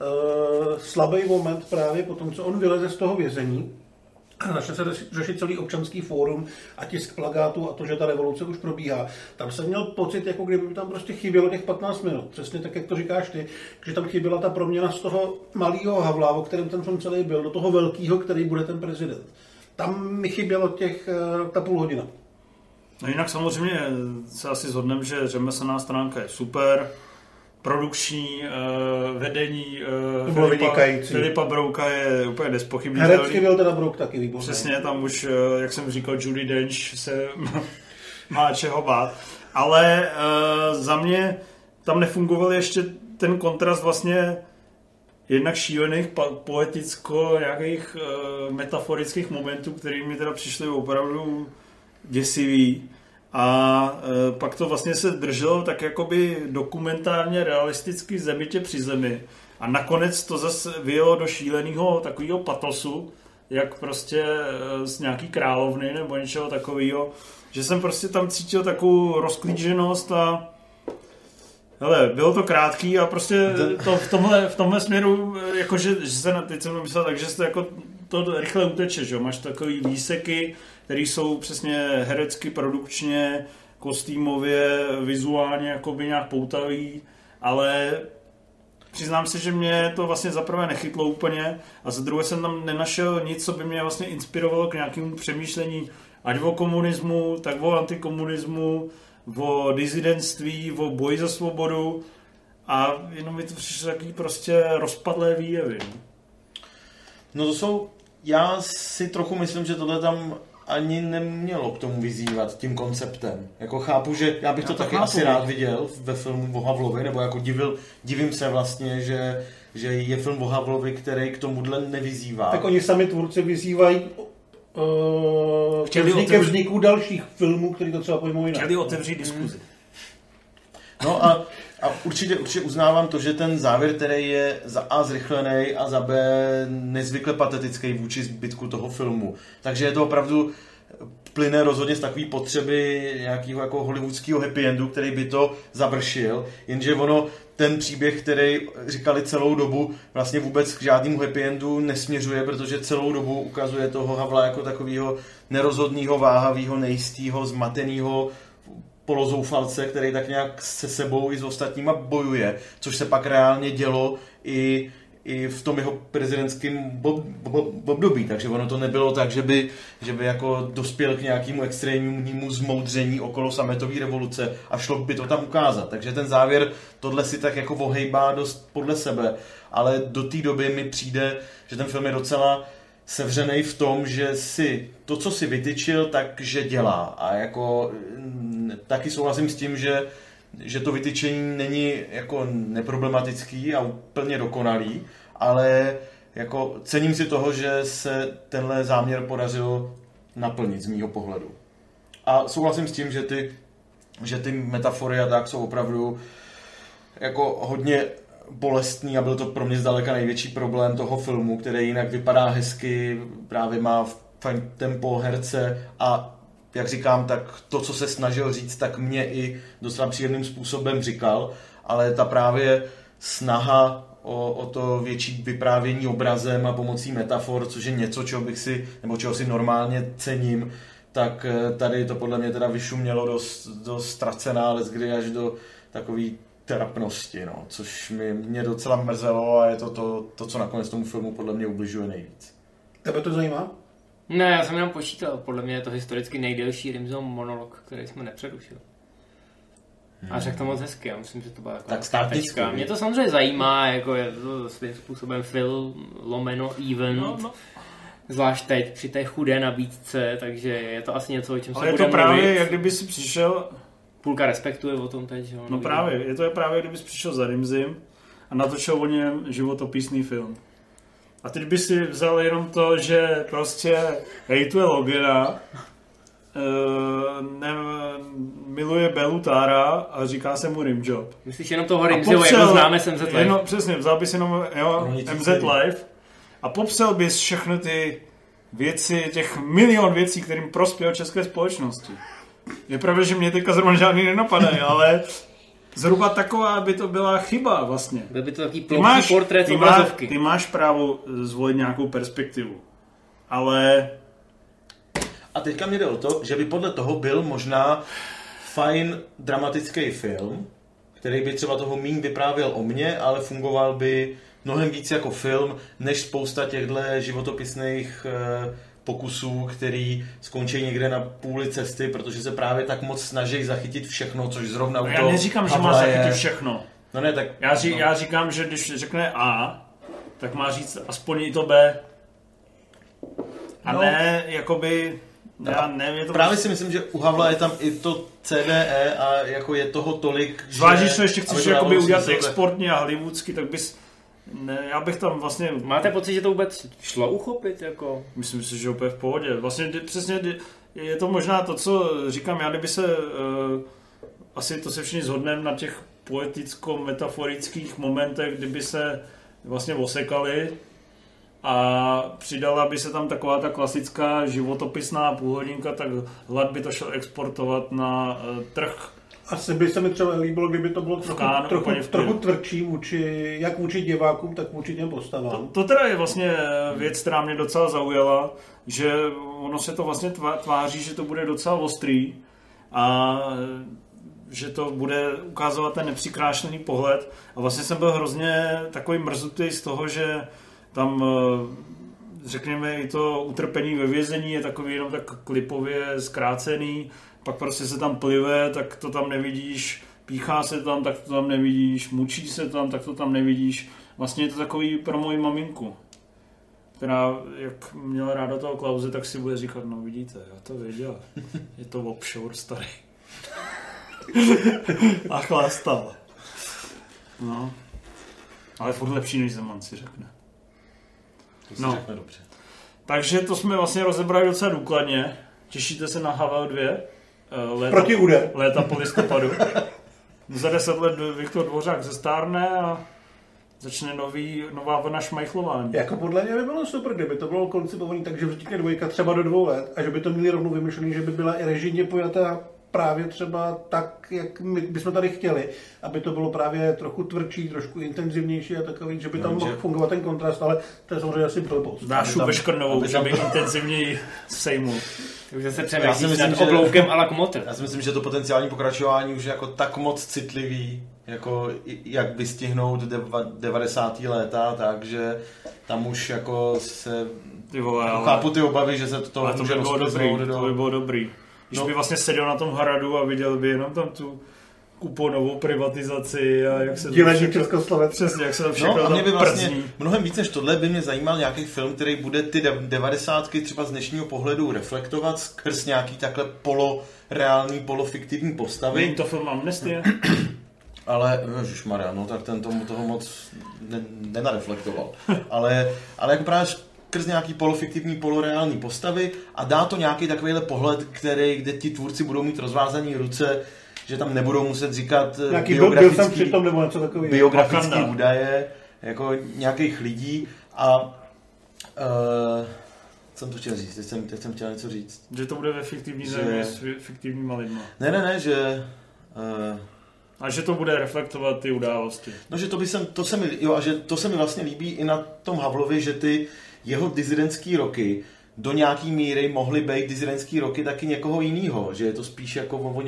slabý moment právě po tom, co on vyleze z toho vězení. Začne se řešit celý občanský fórum a tisk plakátů a to, že ta revoluce už probíhá. Tam jsem měl pocit, jako kdyby mi tam prostě chybělo těch 15 minut. Přesně tak, jak to říkáš ty, že tam chyběla ta proměna z toho malého Havla, o kterém ten film celý byl, do toho velkého, který bude ten prezident. Tam mi chybělo ta půl hodina. No jinak samozřejmě se asi shodneme, že řemeslná stránka je super, produkční vedení Filipa Brouka je úplně nezpochybnitelný. Herecky byl teda Brouk taky výborný. Přesně, tam už, jak jsem říkal, Judi Dench se má čeho bát. Ale za mě tam nefungoval ještě ten kontrast vlastně jednak šílených poeticko nějakých metaforických momentů, které mi teda přišly opravdu děsivý. A pak to vlastně se drželo tak jakoby dokumentárně, realisticky zemitě při zemi. A nakonec to zase vyjelo do šíleného takového patosu, jak prostě z nějaký královny nebo něčeho takového, že jsem prostě tam cítil takovou rozklíženost a hele, bylo to krátký a prostě to v tomhle směru, jakože se teď jsem myslel tak, že se jako to rychle uteče, že? Máš takový výseky, které jsou přesně herecky, produkčně, kostýmově, vizuálně jakoby nějak poutavý, ale přiznám se, že mě to vlastně za prvé nechytlo úplně a za druhé jsem tam nenašel nic, co by mě vlastně inspirovalo k nějakému přemýšlení ať o komunismu, tak o antikomunismu, o disidentství, o boji za svobodu a jenom mi to přišlo takový prostě rozpadlé výjevy. No to jsou, já si trochu myslím, že tohle tam ani nemělo k tomu vyzývat tím konceptem. Jako chápu, že já bych to taky asi rád viděl ve filmu o Havlovi, nebo jako divím se vlastně, že je film o Havlovi, který k tomuhle nevyzývá. Tak oni sami tvůrci vyzývají ke vzniku dalších filmů, který to třeba pojmou jinak. Chtěli otevřít diskuzi. No a určitě uznávám to, že ten závěr, který je za A zrychlený a za B nezvykle patetický vůči zbytku toho filmu. Takže je to opravdu plyne rozhodně z takové potřeby nějakého jako hollywoodského happy endu, který by to završil, jenže ono, ten příběh, který říkali celou dobu, vlastně vůbec k žádnému happy endu nesměřuje, protože celou dobu ukazuje toho Havla jako takového nerozhodného, váhavého, nejistého, zmateného polozoufalce, který tak nějak se sebou i s ostatníma bojuje, což se pak reálně dělo i v tom jeho prezidentském období, takže ono to nebylo tak, že by jako dospěl k nějakému extrémnímu zmoudření okolo sametové revoluce a šlo by to tam ukázat. Takže ten závěr tohle si tak jako ohejbá dost podle sebe, ale do té doby mi přijde, že ten film je docela sevřenej v tom, že si to, co si vytyčil, takže dělá. A jako taky souhlasím s tím, že to vytyčení není jako neproblematický a úplně dokonalý, ale jako cením si toho, že se tenhle záměr podařilo naplnit z mýho pohledu. A souhlasím s tím, že ty metafory a tak jsou opravdu jako hodně bolestný a byl to pro mě zdaleka největší problém toho filmu, který jinak vypadá hezky, právě má fajn tempo, herce a jak říkám, tak to, co se snažil říct, tak mě i docela příjemným způsobem říkal, ale ta právě snaha o to větší vyprávění obrazem a pomocí metafor, což je něco, čeho si normálně cením, tak tady to podle mě teda vyšumělo do ztracená, leckdy až do takový trapnosti, no, což mě docela mrzelo a je to, co nakonec tomu filmu podle mě ubližuje nejvíc. Tebe to zajímá? Ne, já jsem jenom počítal, podle mě je to historicky nejdelší Rimzov monolog, který jsme nepřerušili. A řekl to moc hezky, já myslím, že to byla tak startická. Mě to samozřejmě zajímá, jako je to svým způsobem film lomeno event, no. Zvlášť teď při té chudé nabídce, takže je to asi něco, o čem se bude mluvit. Ale je to právě, jak kdyby si přišel... Půlka respektuje o tom teď, že jo? No právě, je to právě, kdyby jsi přišel za Rimzim a natočil o něm životopisný film. A teď by si vzal jenom to, že prostě hejtuje Logana, miluje Belutára a říká se mu Rimjob. Myslíš jenom toho Rimziho, jak ho známe z MZ Live? Přesně, vzal bys jenom MZ Live a popsal bys všechny ty věci, těch milion věcí, kterým prospěl české společnosti. Je pravda, že mě teďka zrovna žádný nenapadají, ale zhruba taková by to byla chyba vlastně. Byl by to takový plochý portrét obrazovky. Ty máš právo zvolit nějakou perspektivu, ale... A teďka mě jde o to, že by podle toho byl možná fajn dramatický film, který by třeba toho míň vyprávěl o mně, ale fungoval by mnohem víc jako film, než spousta těchto životopisných pokusů, který skončí někde na půli cesty, protože se právě tak moc snaží zachytit všechno, což zrovna u toho Já neříkám, že má zachytit všechno. No ne, tak... Já říkám, že když řekne A, tak má říct aspoň i to B. A ne, jakoby... Já nevím, to právě si myslím, že u Havla je tam i to CDE a jako je toho tolik, zvlášť, že to ještě chceš jakoby udělat exportně a hollywoodsky, tak bys... Ne, já bych tam vlastně... Máte pocit, že to vůbec šlo uchopit? Jako? Myslím si, že úplně v pohodě. Vlastně přesně je to možná to, co říkám já, kdyby se... asi to se všichni shodneme na těch poeticko-metaforických momentech, kdyby se vlastně osekali a přidala by se tam taková ta klasická životopisná půlhodinka, tak hlad by to šlo exportovat na trh. Asi by se mi třeba líbilo, kdyby to bylo trochu tvrdší jak vůči divákům, tak vůči těm postavám. To teda je vlastně věc, která mě docela zaujala, že ono se to vlastně tváří, že to bude docela ostrý a že to bude ukazovat ten nepřikrášlený pohled. A vlastně jsem byl hrozně takový mrzutý z toho, že tam, řekněme, i to utrpení ve vězení je takový jenom tak klipově zkrácený, pak prostě se tam plive, tak to tam nevidíš, píchá se tam, tak to tam nevidíš, mučí se tam, tak to tam nevidíš. Vlastně je to takový pro moji maminku, která, jak měla ráda toho Klause, tak si bude říkat, no vidíte, já to věděla, je to offshore starý. A chlastal. No. Ale furt lepší, než Zeman si řekne. To si řekne dobře. Takže to jsme vlastně rozebrali docela důkladně. Těšíte se na Havel 2? Léta po listopadu. Za 10 let Viktor Dvořák zestárne a začne nová vlna šmajchlování. Jako podle mě by bylo super, kdyby to bylo koncipované tak, že vznikne 2 třeba do 2 let a že by to měli rovnou vymyšlený, že by byla i režijně pojatá právě třeba tak, jak my bychom tady chtěli, aby to bylo právě trochu tvrdší, trošku intenzivnější a takový, že by tam mohl fungovat ten kontrast, ale to je samozřejmě asi blbost. Dášu Veškrnovou, že by intenzivněji sejmul. Takže se přemýšlíš nad obloukem a la Kmotr. Já si myslím, že to potenciální pokračování už je jako tak moc citlivý, jako jak vystihnout 90. léta, takže tam už jako se chápu ty obavy, že se to může rozpliznout. To by bylo dobrý. Když by vlastně seděl na tom hradu a viděl by jenom tam tu kuponovou privatizaci a jak se to dělení Československa. Přesně, jak se to všechno a mě by vlastně przní. mnohem víc než tohle by mě zajímal nějaký film, který bude ty 90. třeba z dnešního pohledu reflektovat skrz nějaký takhle poloreální, polofiktivní postavy. Není to film Amnestie? Ale, ježišmarja, no tak ten toho moc nenareflektoval. Ale jako právě skrz nějaký polofiktivní, poloreální postavy a dá to nějaký takovýhle pohled, kde ti tvůrci budou mít rozvázaný ruce, že tam nebudou muset říkat biografické údaje jako nějakých lidí a co jsem to chtěl říct? Teď jsem chtěl něco říct. Že to bude ve fiktivní zemi s fiktivníma lidma. Ne, že... A že to bude reflektovat ty události. No, že to se mi vlastně líbí i na tom Havlovi, že ty jeho disidentský roky do nějaký míry mohly být disidentský roky taky někoho jiného, že je to spíš jako o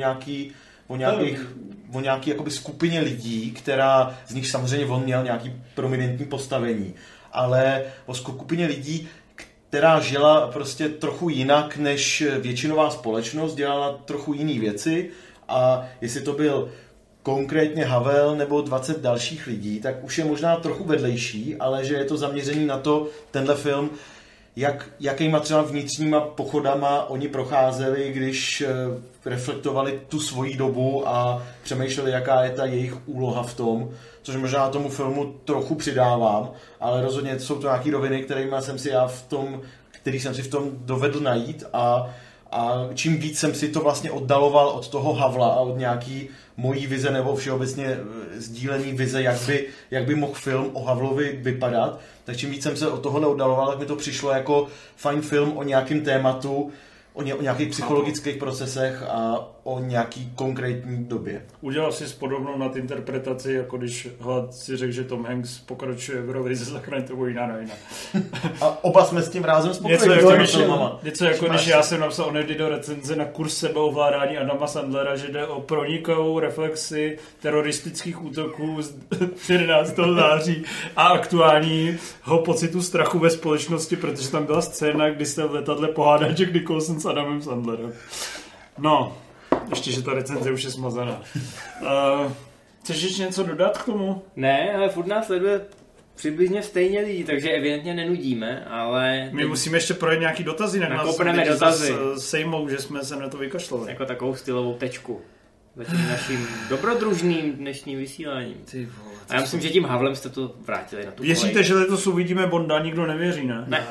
nějaký jakoby skupině lidí, která z nich samozřejmě on měl nějaký prominentní postavení, ale o skupině lidí, která žila prostě trochu jinak než většinová společnost, dělala trochu jiné věci a jestli to byl konkrétně Havel nebo 20 dalších lidí, tak už je možná trochu vedlejší, ale že je to zaměřený na to, tenhle film, jakýma třeba vnitřníma pochodama oni procházeli, když reflektovali tu svoji dobu a přemýšleli, jaká je ta jejich úloha v tom, což možná tomu filmu trochu přidávám, ale rozhodně jsou to nějaký roviny, který jsem si v tom dovedl najít a čím víc jsem si to vlastně oddaloval od toho Havla a od nějaký mojí vize nebo všeobecně sdílený vize, jak by mohl film o Havlovi vypadat, tak čím víc jsem se od tohohle oddaloval, tak mi to přišlo jako fajn film o nějakém tématu, o nějakých psychologických procesech a o nějaký konkrétní době. Udělal jsi podobnou nadinterpretaci, jako když Hlad si řekl, že Tom Hanks pokračuje v roli ze Zachraňtovou jiná na jiná. A oba jsme s tím rázem spokojení. Něco jako když já jsem napsal onedy do recenze na kurz sebeovládání Adama Sandlera, že jde o pronikavou reflexi teroristických útoků z 11. září a aktuálního pocitu strachu ve společnosti, protože tam byla scéna, kdy se v letadle pohádá Jack Nicholson s Adamem Sandlerem. No, ještě, že ta recenze už je smazaná. Chceš ještě něco dodat k tomu? Ne, ale furt nás sleduje přibližně stejně lidí, takže evidentně nenudíme, ale... My musíme ještě projít nějaký dotazy, nakopneme dotazy. Sejmou, že jsme se na to vykašlali. Jako takovou stylovou tečku. Za tím naším dobrodružným dnešním vysíláním. A já myslím, že tím Havlem jste to vrátili na tu Věříte, kolej. že letos uvidíme Bonda? Nikdo nevěří, ne? Ne.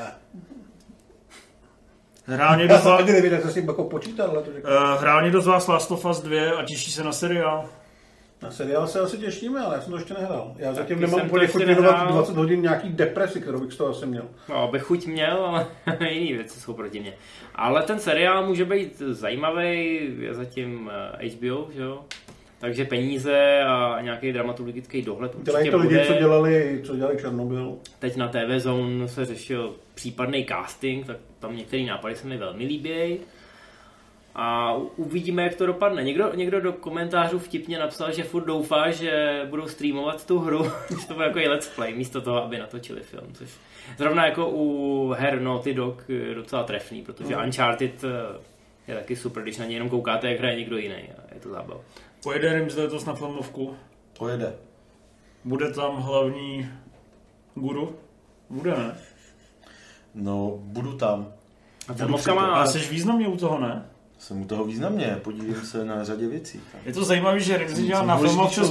Hrál někdo z vás Last of Us 2 a těší se na seriál? Na seriál se asi těšíme, ale já jsem to ještě nehrál. Já zatím nemám úplně chuť věnovat 20 hodin nějaký depresi, kterou bych z toho asi měl. No, bych chuť měl, ale jiný věci jsou proti mě. Ale ten seriál může být zajímavý, je zatím HBO, že jo? Takže peníze a nějaký dramaturgický dohled určitě dělají to bude. lidi, co dělali Černobyl. Teď na TV Zone se řešil případný casting, tak tam některé nápady se mi velmi líbí. A uvidíme, jak to dopadne. Někdo do komentářů vtipně napsal, že furt doufá, že budou streamovat tu hru, že to bude jako let's play, místo toho, aby natočili film. Což zrovna jako u her Naughty Dog je docela trefný, protože Uncharted je taky super, když na něj jenom koukáte, jak hraje někdo jiný. A je to zábava. Pojede Rims letos na filmovku? Pojede. Bude tam hlavní guru? Bude, ne? No, budu tam. A filmovka má... A jsi významně u toho, ne? Jsem u toho významně, podívím se na řadě věcí. Je to zajímavé, že Rimsy dělá na filmovce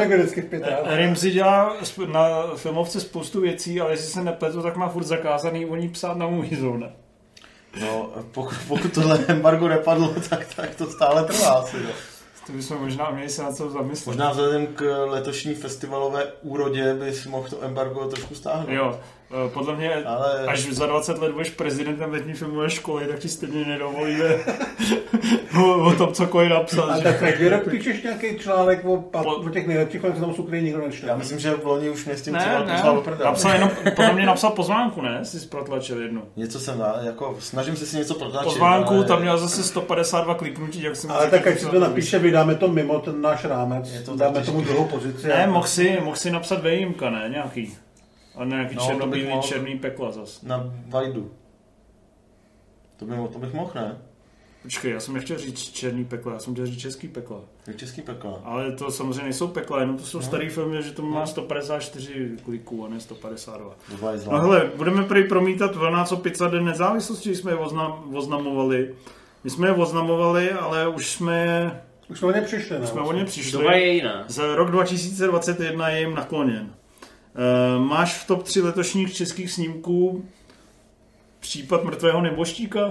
spoustu věcí, ale jestli se nepletu, tak má furt zakázaný o ní psát na Movie Zone. No, pokud tohle embargo nepadlo, tak to stále trvá asi. To bychom možná měli se na co zamyslet. Možná vzhledem k letošní festivalové úrodě bys mohl to embargo trošku stáhnout. Jo, podle mě, až za 20 let budeš prezidentem letní filmové školy, tak ti stejně nedovolíme o tom cokoliv napsat. A tak každý rok píšeš nějaký článek o těch nejlepších filmech, co který nikdo nečte. Já myslím, že v loni už mě s tím třeba poslal prdel. Podle mě napsal pozvánku, ne? Jsi protlačil jednu. Něco jsem jako snažím se si něco protlačit. Pozvánku, ale... tam měl zase 152 kliknutí, jak jsem. Ale tak, ať si to napíše, vydáme to mimo ten náš rámec, dáme tomu druhou pozici. Ne, mohl si napsat výjimka, ne? Nějaký. A nějaký černý pekla zas. Na Vajdu. To bych mohl, ne? Počkej, já jsem nechtěl říct černý pekla, já jsem chtěl říct český pekla. Český pekla. Ale to samozřejmě nejsou pekla, jenom to jsou starý filmy, že to má 154 kliků a ne 152. No hele, budeme promítat Vlnáco pizza Den nezávislosti, jsme je oznamovali. My jsme je oznamovali, ale už jsme o ně přišli. Už jsme o ně přišli. Doba je jiná. Za rok 2021 je jim nakloněn. Máš v top 3 letošních českých snímků Případ mrtvého neboštíka?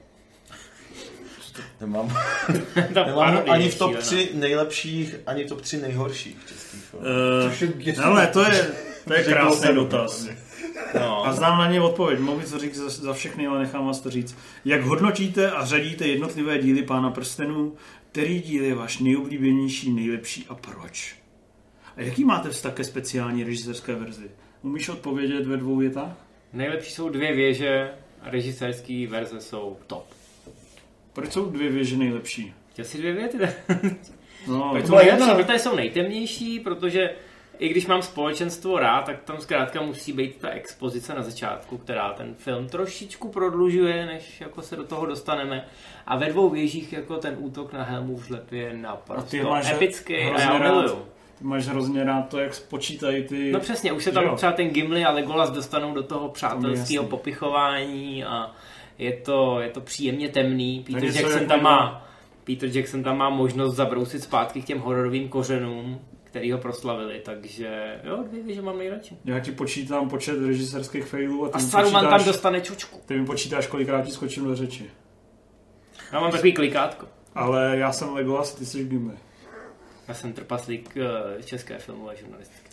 Nemám ani v top 3 nejlepších, ani v top 3 nejhorších českých filmů. Ale to je krásný dotaz. No. A znám na něj odpověď. Mohu to říct za všechny, ale nechám vás to říct. Jak hodnotíte a řadíte jednotlivé díly Pána prstenů? Který díl je váš nejoblíbenější, nejlepší a proč? A jaký máte vztah ke speciální režisérské verzi? Umíš odpovědět ve 2 větách? Nejlepší jsou 2 věže a režisérské verze jsou top. Proč jsou 2 věže nejlepší? Chtěl si 2 věty? No, protože jsou nejtemnější, protože i když mám společenstvo rád, tak tam zkrátka musí být ta expozice na začátku, která ten film trošičku prodlužuje, než jako se do toho dostaneme. A ve 2 věžích jako ten útok na Helmův žleb je naprosto epický a já miluju. Ty máš hrozně rád to, jak spočítají ty... No přesně, už se tam třeba ten Gimli a Legolas dostanou do toho přátelského popichování a je to příjemně temný. Peter Jackson tam má možnost zabrousit zpátky k těm hororovým kořenům, který ho proslavili, takže jo, 2 věže mám nejradši. Já ti počítám počet režisérských failů a Saruman tam dostane čučku. Ty mi počítáš, kolikrát ti skočím do řeči. Já mám takový klikátko. Ale já jsem Legolas, ty jsi Gimli. Já jsem trpaslík české filmové žurnalistiky.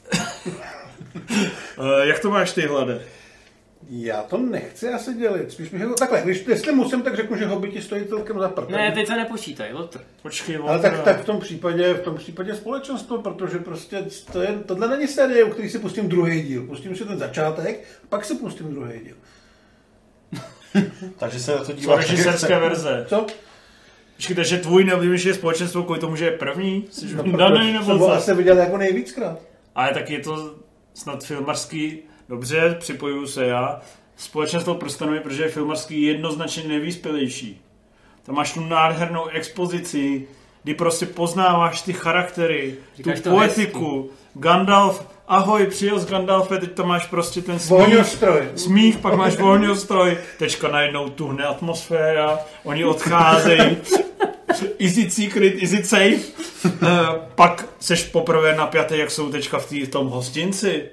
Jak to máš ty, Hlade? Já to nechci asi dělit. Spíš mi takhle, jestli musím, tak řeknu, že Hobiti stojí celkem za prd. Ne, teď se nepočítaj, Lotr. Počkej, Lotr. Ale tak v tom případě společenstvo, protože prostě tohle není série, u který si pustím druhý díl. Pustím si ten začátek, pak si pustím druhý díl. Takže se na to díváš. Co režisérské verze? Co? Počkej, takže tvůj neoblíbenější je společenstvo kvůli tomu, že je první? Jsi danej nebo co? Jsem asi viděl jako nejvíckrát. Ale tak je to snad filmarský, dobře, připojuju se já. Společenstvo prstenů je, protože je filmarský jednoznačně nejvyspělejší. Tam máš tu nádhernou expozici, kdy prostě poznáváš ty charaktery, říkáš tu poetiku. Gandalf, ahoj, přijel z Gandalfe, teď tam máš prostě ten smích, pak máš vohňostroj, teďka najednou tuhne atmosféra, oni odcházejí, is it secret, is it safe, pak seš poprvé napjatý, jak jsou teďka v tom hostinci.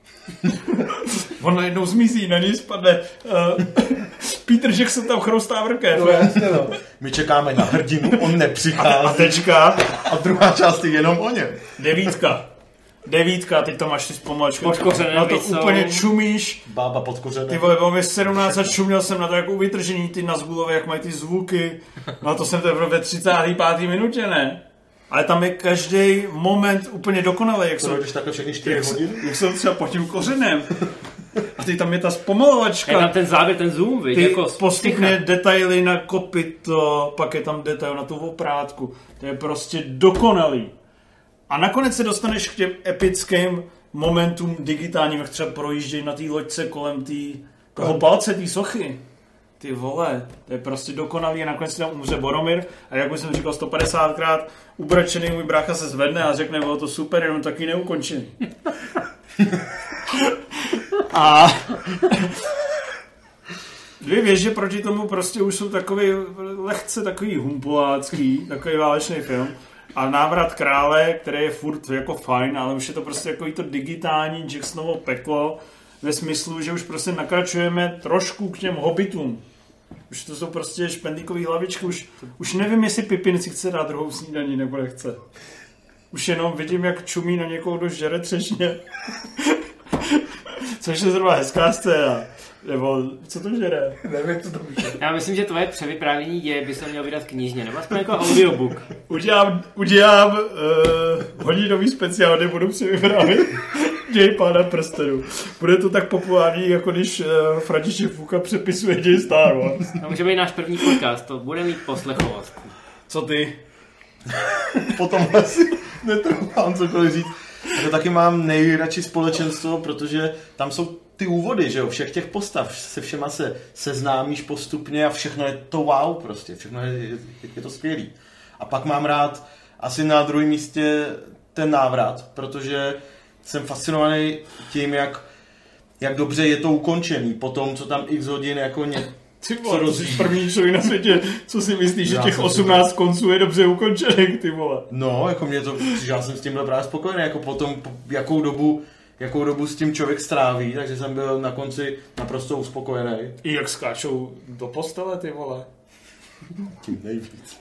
On najednou zmizí, na něj spadne Peter Jackson tam chroustá vrkev. No. My čekáme na hrdinu, on nepřichází. A tečka. A druhá část je jenom o něm. 9, teď tam máš ty zpomalečky. Na to úplně čumíš. Bába pod kořenem. Ty vole, bylo mi 17 a čuměl jsem na to jako vytržení ty Nazgulové, jak mají ty zvuky. No to jsem teprve ve 35. minutě, ne? Ale tam je každý moment úplně dokonalý. Jak to takhle všechny 4 hodiny? Jak jsem třeba pod tím kořenem. A teď tam je ta zpomalovačka. Je tam ten záběr, ten zoom, víš, jako postupně detaily na kopyto, pak je tam detail na tu oprátku. To je prostě dokonalý. A nakonec se dostaneš k těm epickým momentům digitálním, jak třeba projíždějí na té loďce kolem toho palce, té sochy. Ty vole, to je prostě dokonalý a nakonec tam umře Boromir a jak už jsem říkal 150krát, ubračený můj brácha se zvedne a řekne, bylo to super, jenom taky neukončený. A 2 věže proti tomu prostě už jsou takový lehce takový humpolácký, takový válečný film. A Návrat krále, který je furt jako fajn, ale už je to prostě takový to digitální Jacksonovo peklo ve smyslu, že už prostě nakračujeme trošku k těm Hobbitům. Už to jsou prostě špendlíkový hlavičky, už nevím, jestli Pipin si chce dát druhou snídaní, nebo nechce. Už jenom vidím, jak čumí na někoho, kdo žere třešně. Což je zrovna hezká scéna. Nebo co to žere? Nevím, co to může. Já myslím, že tvoje převyprávění děje by se měl vydat knižně, nebo aspoň jako audiobook. Udělám hodinový speciál, kde budu převyprávět děj Pána prstenů. Bude to tak populární, jako když František Fouka přepisuje děj Star Wars. To může být náš první podcast, to bude mít poslechovost. Co ty? Potom asi netroufám cokoliv říct. To taky mám nejradši společenstvo, protože tam jsou ty úvody, že jo, všech těch postav, se všema se seznámíš postupně a všechno je to wow prostě, všechno je to skvělý. A pak mám rád asi na druhém místě ten návrat, protože jsem fascinovaný tím, jak dobře je to ukončený, po tom, co tam x hodin jako Ty vole, to jsi první člověk na světě, co si myslíš, že těch 18 konců je dobře ukončených, ty vole. No, jako mě to, já jsem s tím byl právě spokojený, jako potom, jakou dobu s tím člověk stráví, takže jsem byl na konci naprosto uspokojený. I jak skáčou do postele, ty vole. Tím nejvíc.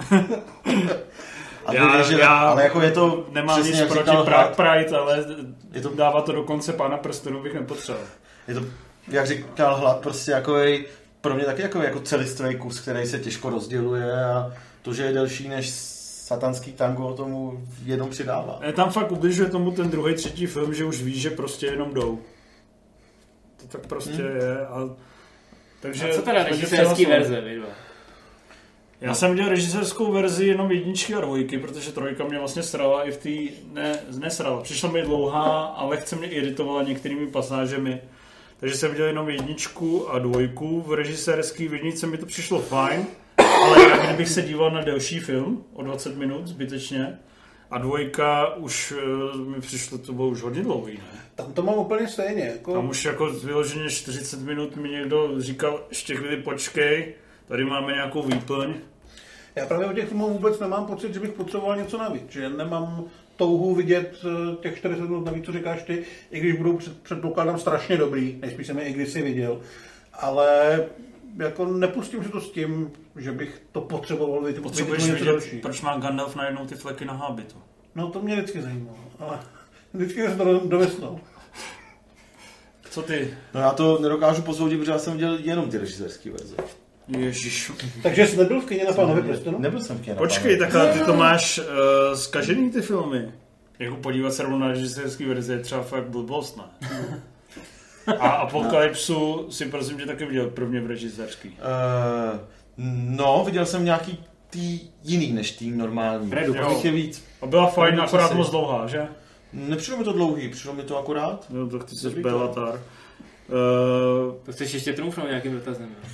Ale jako je to... Nemám nic proti Pride, ale dává to do konce Pána prstenů bych nepotřeboval. Je to, jak říkal Hlad, prostě jako pro mě taky jako celistvý kus, který se těžko rozděluje a to, že je delší než satanský tango, tomu jenom přidává. Tam fakt ubližuje tomu ten druhý, třetí film, že už víš, že prostě jenom jdou. To tak prostě je. Takže, a co teda režisérský verze, vidíte? Já jsem viděl režisérskou verzi jenom 1 a 2, protože 3 mě vlastně srala i v té... Nesrala. Přišla mi dlouhá a lehce mě iritovala některými pasážemi. Takže jsem viděl jenom 1 a 2. V režisérský v 1 mi to přišlo fajn, ale jak kdybych se díval na delší film o 20 minut zbytečně a 2 už mi přišlo, to bylo už hodně dlouhý, ne? Tam to mám úplně stejně. Jako... Tam už jako vyloženě 40 minut mi někdo říkal, ještě chvíli počkej, tady máme nějakou výplň. Já právě o těch filmů vůbec nemám pocit, že bych potřeboval něco navíc, že nemám touhu vidět těch 40 minut navíc, co říkáš ty, i když budou předpokládám strašně dobrý, nejspíš jsem je i kdysi viděl, ale jako nepustím si to s tím, že bych to potřeboval vidět. Potřebuješ vidět, proč má Gandalf najednou ty fleky na hábitu? No to mě vždycky zajímalo, ale vždycky se to dovesnul. Co ty? No já to nedokážu posoudit, protože já jsem viděl jenom ty režisérský verze. Ježiš. Takže jsi nebyl v kině na Pánovi prstenu? Nebyl jsem v kině na Počkej, tak ty to máš zkažený ty filmy. Jako podívat se rovnou na režisérský verzi je třeba fakt blbost, ne? A Apokalypsu si prosím tě taky viděl prvně v režisérský. No, viděl jsem nějaký tý jiný než tý normální. Redu, je víc. A byla fajn, akorát moc dlouhá, že? Nepřišlo mi to dlouhý, přišlo mi to akorát. No, tak ty jsi Bellatar. To chceš ještě trumfnout nějakým dotazem, jo?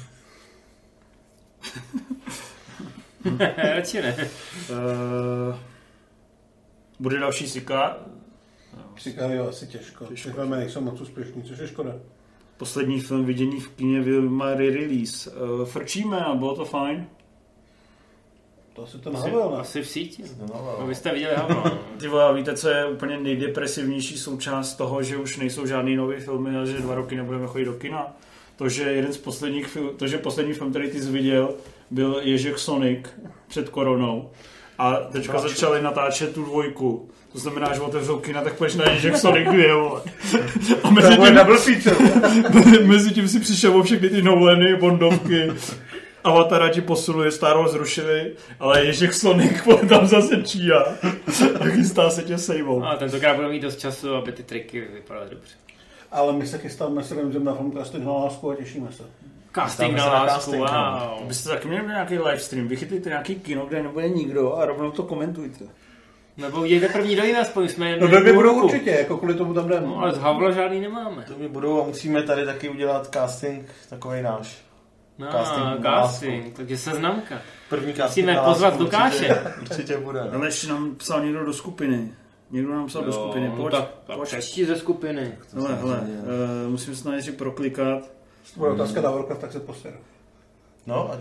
Radši ne. Bude další Sika? Sika, jo, asi těžko. Ty filmy nejsou moc úspěšný, což je škoda. Poslední film viděný v kině má release. Frčíme a bylo to fajn. To asi to nahavel, ne? Asi v síti. No, vy jste viděli Havel. Ty vole, víte, co je úplně nejdepresivnější součást toho, že už nejsou žádný nový filmy a že 2 roky nebudeme chodit do kina? To, že poslední film, který ty jsi viděl, byl Ježek Sonic před koronou a teďka začali natáčet tu 2. To znamená, že otevřou kina, tak půjdeš na Ježek Sonic 2, vole. A mezi tím si přišel o všechny ty Nolany, Bondovky, Avatara ti posunuli, Star Wars zrušili, ale Ježek Sonic tam zase číhá a chystá se tě sejmou. A tentokrát budeme mít dost času, aby ty triky vypadaly dobře. Ale my se chystáme s Remzem na film Casting na lásku a těšíme se. Casting na lásku, wow. Byste taky měli nějaký livestream, vychytlíte nějaký kino, kde nebude nikdo a rovnou to komentujte. Nebo udějte první do jiné, aspoň jsme no to by budou určitě, jako kvůli tomu tam jdeme. No, ale z Havla žádný nemáme. To by budou a musíme tady taky udělat casting takovej náš. No, casting, takže seznamka. První casting musíme pozvat Lukáše. Určitě bude. Ale ještě nám psal někdo do skupiny. Někdo nám psal do skupiny, pojď ze skupiny. Hele, musím se na něj proklikat. Bude otázka na Warcraft, tak se postaru. No,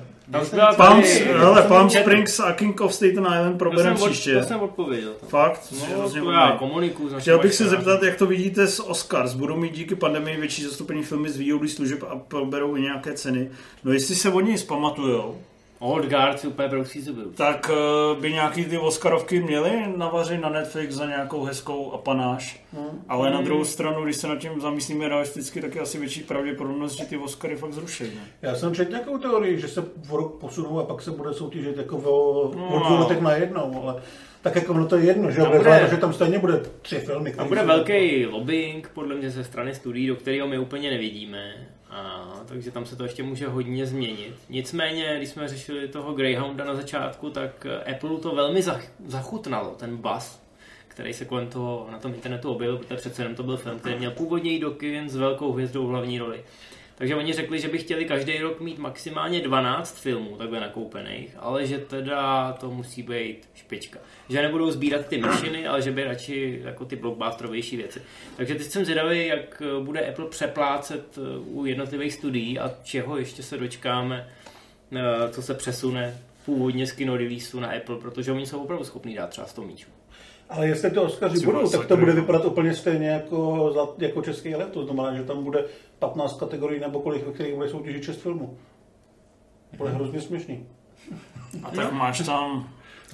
Palm Springs a King of Staten Island probereme příště. To jsem odpověděl. Fakt? No, já komunikuju. Chtěl bych se zeptat, jak to vidíte s Oscars. Budou mít díky pandemii větší zastoupení filmy z VOD služeb a proberou i nějaké ceny. No jestli se od něj zpamatujou, Old Guard si úplně brousí zuby. tak by nějaký ty Oscarovky měly navařit na Netflix za nějakou hezkou apanáž. Ale na druhou stranu, když se nad tím zamyslíme realisticky, tak je asi větší pravděpodobnost, že ty Oscary fakt zruší. Ne? Já jsem četl nějakou teorii, že se v rok posunou a pak se bude soutěžit jako o 2 letech najednou, ale tak jako ono to je jedno, že, že tam stejně bude 3 filmy. Tam bude velký lobbying, podle mě ze strany studií, do kterého my úplně nevidíme. Takže tam se to ještě může hodně změnit. Nicméně, když jsme řešili toho Greyhounda na začátku, tak Apple to velmi zachutnalo, ten buzz, který se kolem toho na tom internetu objevil, protože přece jenom to byl film, který měl původně jít do kin s velkou hvězdou v hlavní roli. Takže oni řekli, že by chtěli každý rok mít maximálně 12 filmů takhle nakoupených, ale že teda to musí být špička. Že nebudou sbírat ty mašiny, ale že by radši jako ty blockbusterovější věci. Takže teď jsem zvědavý, jak bude Apple přeplácet u jednotlivých studií a čeho ještě se dočkáme, co se přesune původně z kino releaseu na Apple, protože oni jsou opravdu schopní dát třeba 100 míčů. Ale jestli to Oscaři budou, tak to bude vypadat úplně stejně jako český let. To znamená, že tam bude 15 kategorií nebo kolik, ve kterých bude soutěžit 6 filmů. Bude hrozně směšný. A tak máš tam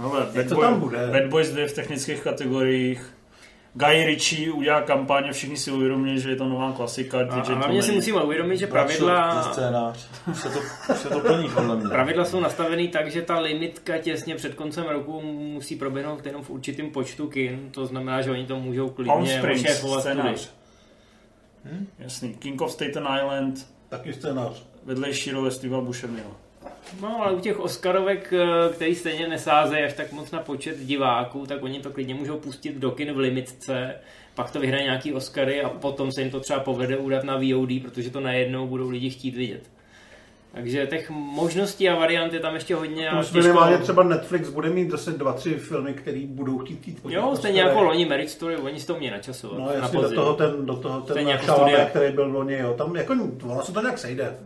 Bad Boys 2 v technických kategoriích. Guy Ritchie udělá kampaně, všichni si uvědomí, že je to nová klasika. A hlavně si musíme uvědomit, že pravidla... Scénář. Už se to plní, podle mě. Pravidla jsou nastavený tak, že ta limitka těsně před koncem roku musí proběhnout jenom v určitým počtu kin. To znamená, že oni to můžou klidně ošéfovat scénář. Jasný. King of Staten Island. Taky scénář. Vedlejší role Steva Buscemiho. No, ale u těch Oscarovek, který stejně nesázejí až tak moc na počet diváků, tak oni to klidně můžou pustit do kin v limitce, pak to vyhraje nějaký Oscary a potom se jim to třeba povede udat na VOD, protože to najednou budou lidi chtít vidět. Takže těch možností a variant je tam ještě hodně. Minimálně třeba Netflix bude mít zase 2-3 filmy, který budou chtít podívat. Jo, stejně jako loni Marriage Story, oni si to měli načasovat. No jasně, do toho ten Šalamet, který byl loni, jo. Tam jako, ono se to nějak sejde.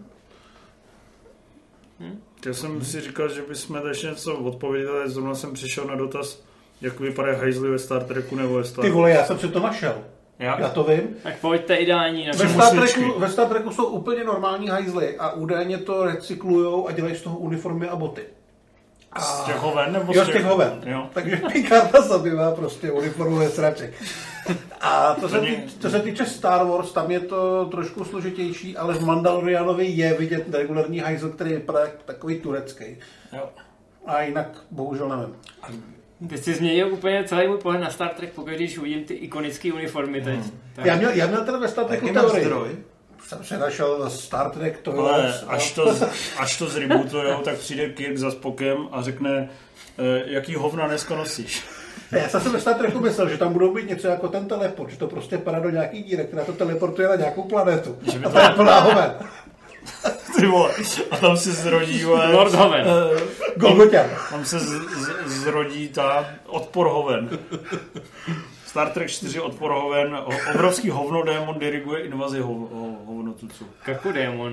Já jsem si říkal, že bychom ještě něco odpověděli, ale zrovna jsem přišel na dotaz, jak vypadá hajzly ve Star Treku nebo ve Star Treku. Ty vole, já jsem si to našel. Já to vím. Tak pojďte ideální. Ve Star Treku jsou úplně normální hajzly a údajně to recyklujou a dělají z toho uniformy a boty. Z těch hoven? Nebo jo, z těch hoven. Jo. Takže Picarda sobě má prostě uniformu ve sraček. A to se týče Star Wars, tam je to trošku složitější, ale v Mandalorianovi je vidět regulární hajzl, který vypadá takový turecký. Jo. A jinak bohužel nevím. Ty jsi změnil úplně celý můj pohled na Star Trek, pokud když uvidím ty ikonické uniformy teď. Já měl teda ve Star Treku teorii. Jsem se našel Star Trek, to ale až to zrebootujou, tak přijde Kirk za Spokem a řekne, jaký hovna dneska nosíš. Já jsem se ve Star Treku myslel, že tam budou být něco jako ten teleport, že to prostě padá do nějaký díry, která to teleportuje na nějakou planetu. A to je plná hoven. Ty vole, a tam se zrodí Lord Hoven. Golgoťan. Tam se zrodí ta odpor hoven. Star Trek 4 odpor hoven, obrovský hovnodémon diriguje invazi hovnotuců. Kakodémon.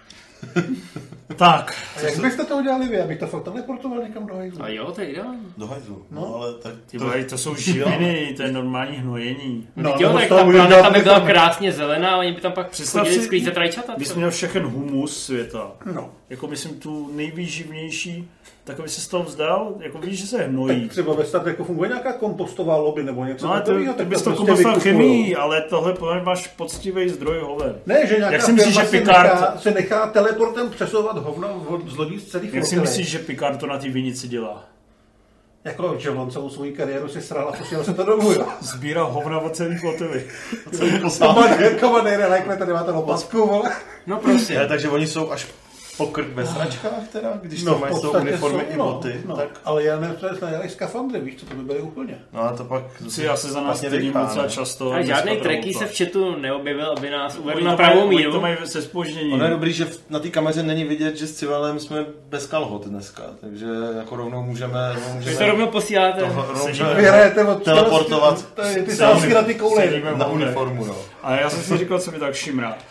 Tak. A jak byste to udělali vy, abych to fakt teleportoval někam do hajzlu? A jo, to je ideální. Do hajzlu, no ale tak... To jsou živiny, to je normální hnojení. No, jo, tak ta planeta by byla krásně zelená a oni by tam pak chodili sklízet rajčata. Bys měl všechen humus světa. No. Jako myslím tu nejvýživnější, tak aby se z toho vzdal, jako víš, že se hnojí. Tak třeba ve Star Treku funguje nějaká kompostová lobby nebo něco takového. Ty bys to kompostoval chemii, ale tohle máš poctivý zdroj hoven. Ne, že nějaká firma se nechá teleportem přesouvat hovno z lodí z celých Jak si myslíš, že Picard to na té vinici dělá? Jako, že on celou svou kariéru si sral a posílal se to domů, jo? Sbírá hovna od celý flotily. Komandér, Rekle, tady máte lopatku, vole. No prostě. Takže oni jsou až pokrk ve sračkách teda, když to mají z toho uniformy i boty. No, tak. Ale já nedělají skafandry, víš, co to by byly úplně. No a to pak... Já se za nás stydím docela často. A žádný Trekkie se v chatu neobjevil, aby nás uvedl na pravou míru. To mají se zpoždění. Ono je dobrý, že na té kameře není vidět, že s Civalem jsme bez kalhot dneska, takže jako rovnou můžeme... Vy to rovnou posíláte. Vyhrajete od teleportovat. Ty sásky na ty koule. Na uniformu, no. A já jsem si říkal, co mi tak šimrá.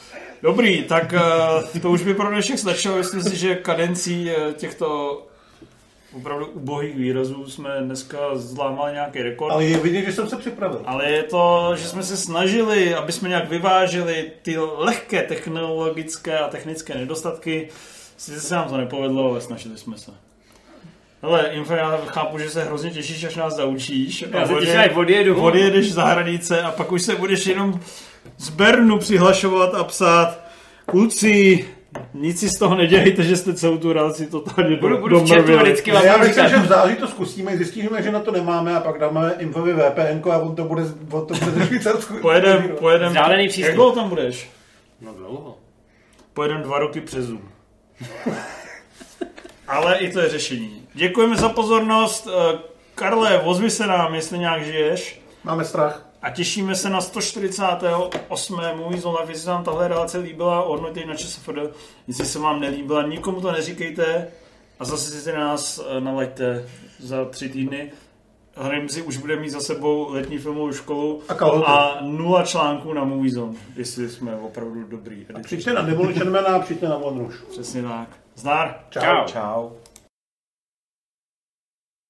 Dobrý, tak to už by pro dnešek stačilo. Myslím si, že kadencí těchto opravdu ubohých výrazů jsme dneska zlámali nějaký rekord. Ale je vidět, že jsem se připravil. Ale je to, že jsme se snažili, aby jsme nějak vyvážili ty lehké technologické a technické nedostatky. Sice se nám to nepovedlo, ale snažili jsme se. Hele, Info, já chápu, že se hrozně těšíš, až nás zaučíš. Já se těším, jak odjedeš za hranice a pak už se budeš jenom z Bernu přihlašovat a psát: kluci, nic si z toho nedělejte, že jste celou tu relaci totálně budu v chatu vždycky vám já říkat. myslím, že v září to zkusíme, zjistíme, že na to nemáme a pak dáme Infovi VPN a on to bude přes Švýcarsku. Pojedem. Vzdálený přístup. Jak dlouho tam budeš? No dlouho. Pojedem 2 roky přes Zoom. Ale i to je řešení. Děkujeme za pozornost. Karle, ozvi se nám, jestli nějak žiješ. Máme strach. A těšíme se na 148. Movie Zone Live. Jestli se vám tahle relace líbila, ohodnoťte ji na ČSFD. Jestli se vám nelíbila, nikomu to neříkejte. A zase si nás nalaďte za 3 týdny. Hrimzi už bude mít za sebou letní filmovou školu a 0 článků na Movie Zone, jestli jsme opravdu dobrý. Přijďte na Demolition Man a přijďte na Von Rush. Přesně tak. Zdar. Čau. Čau.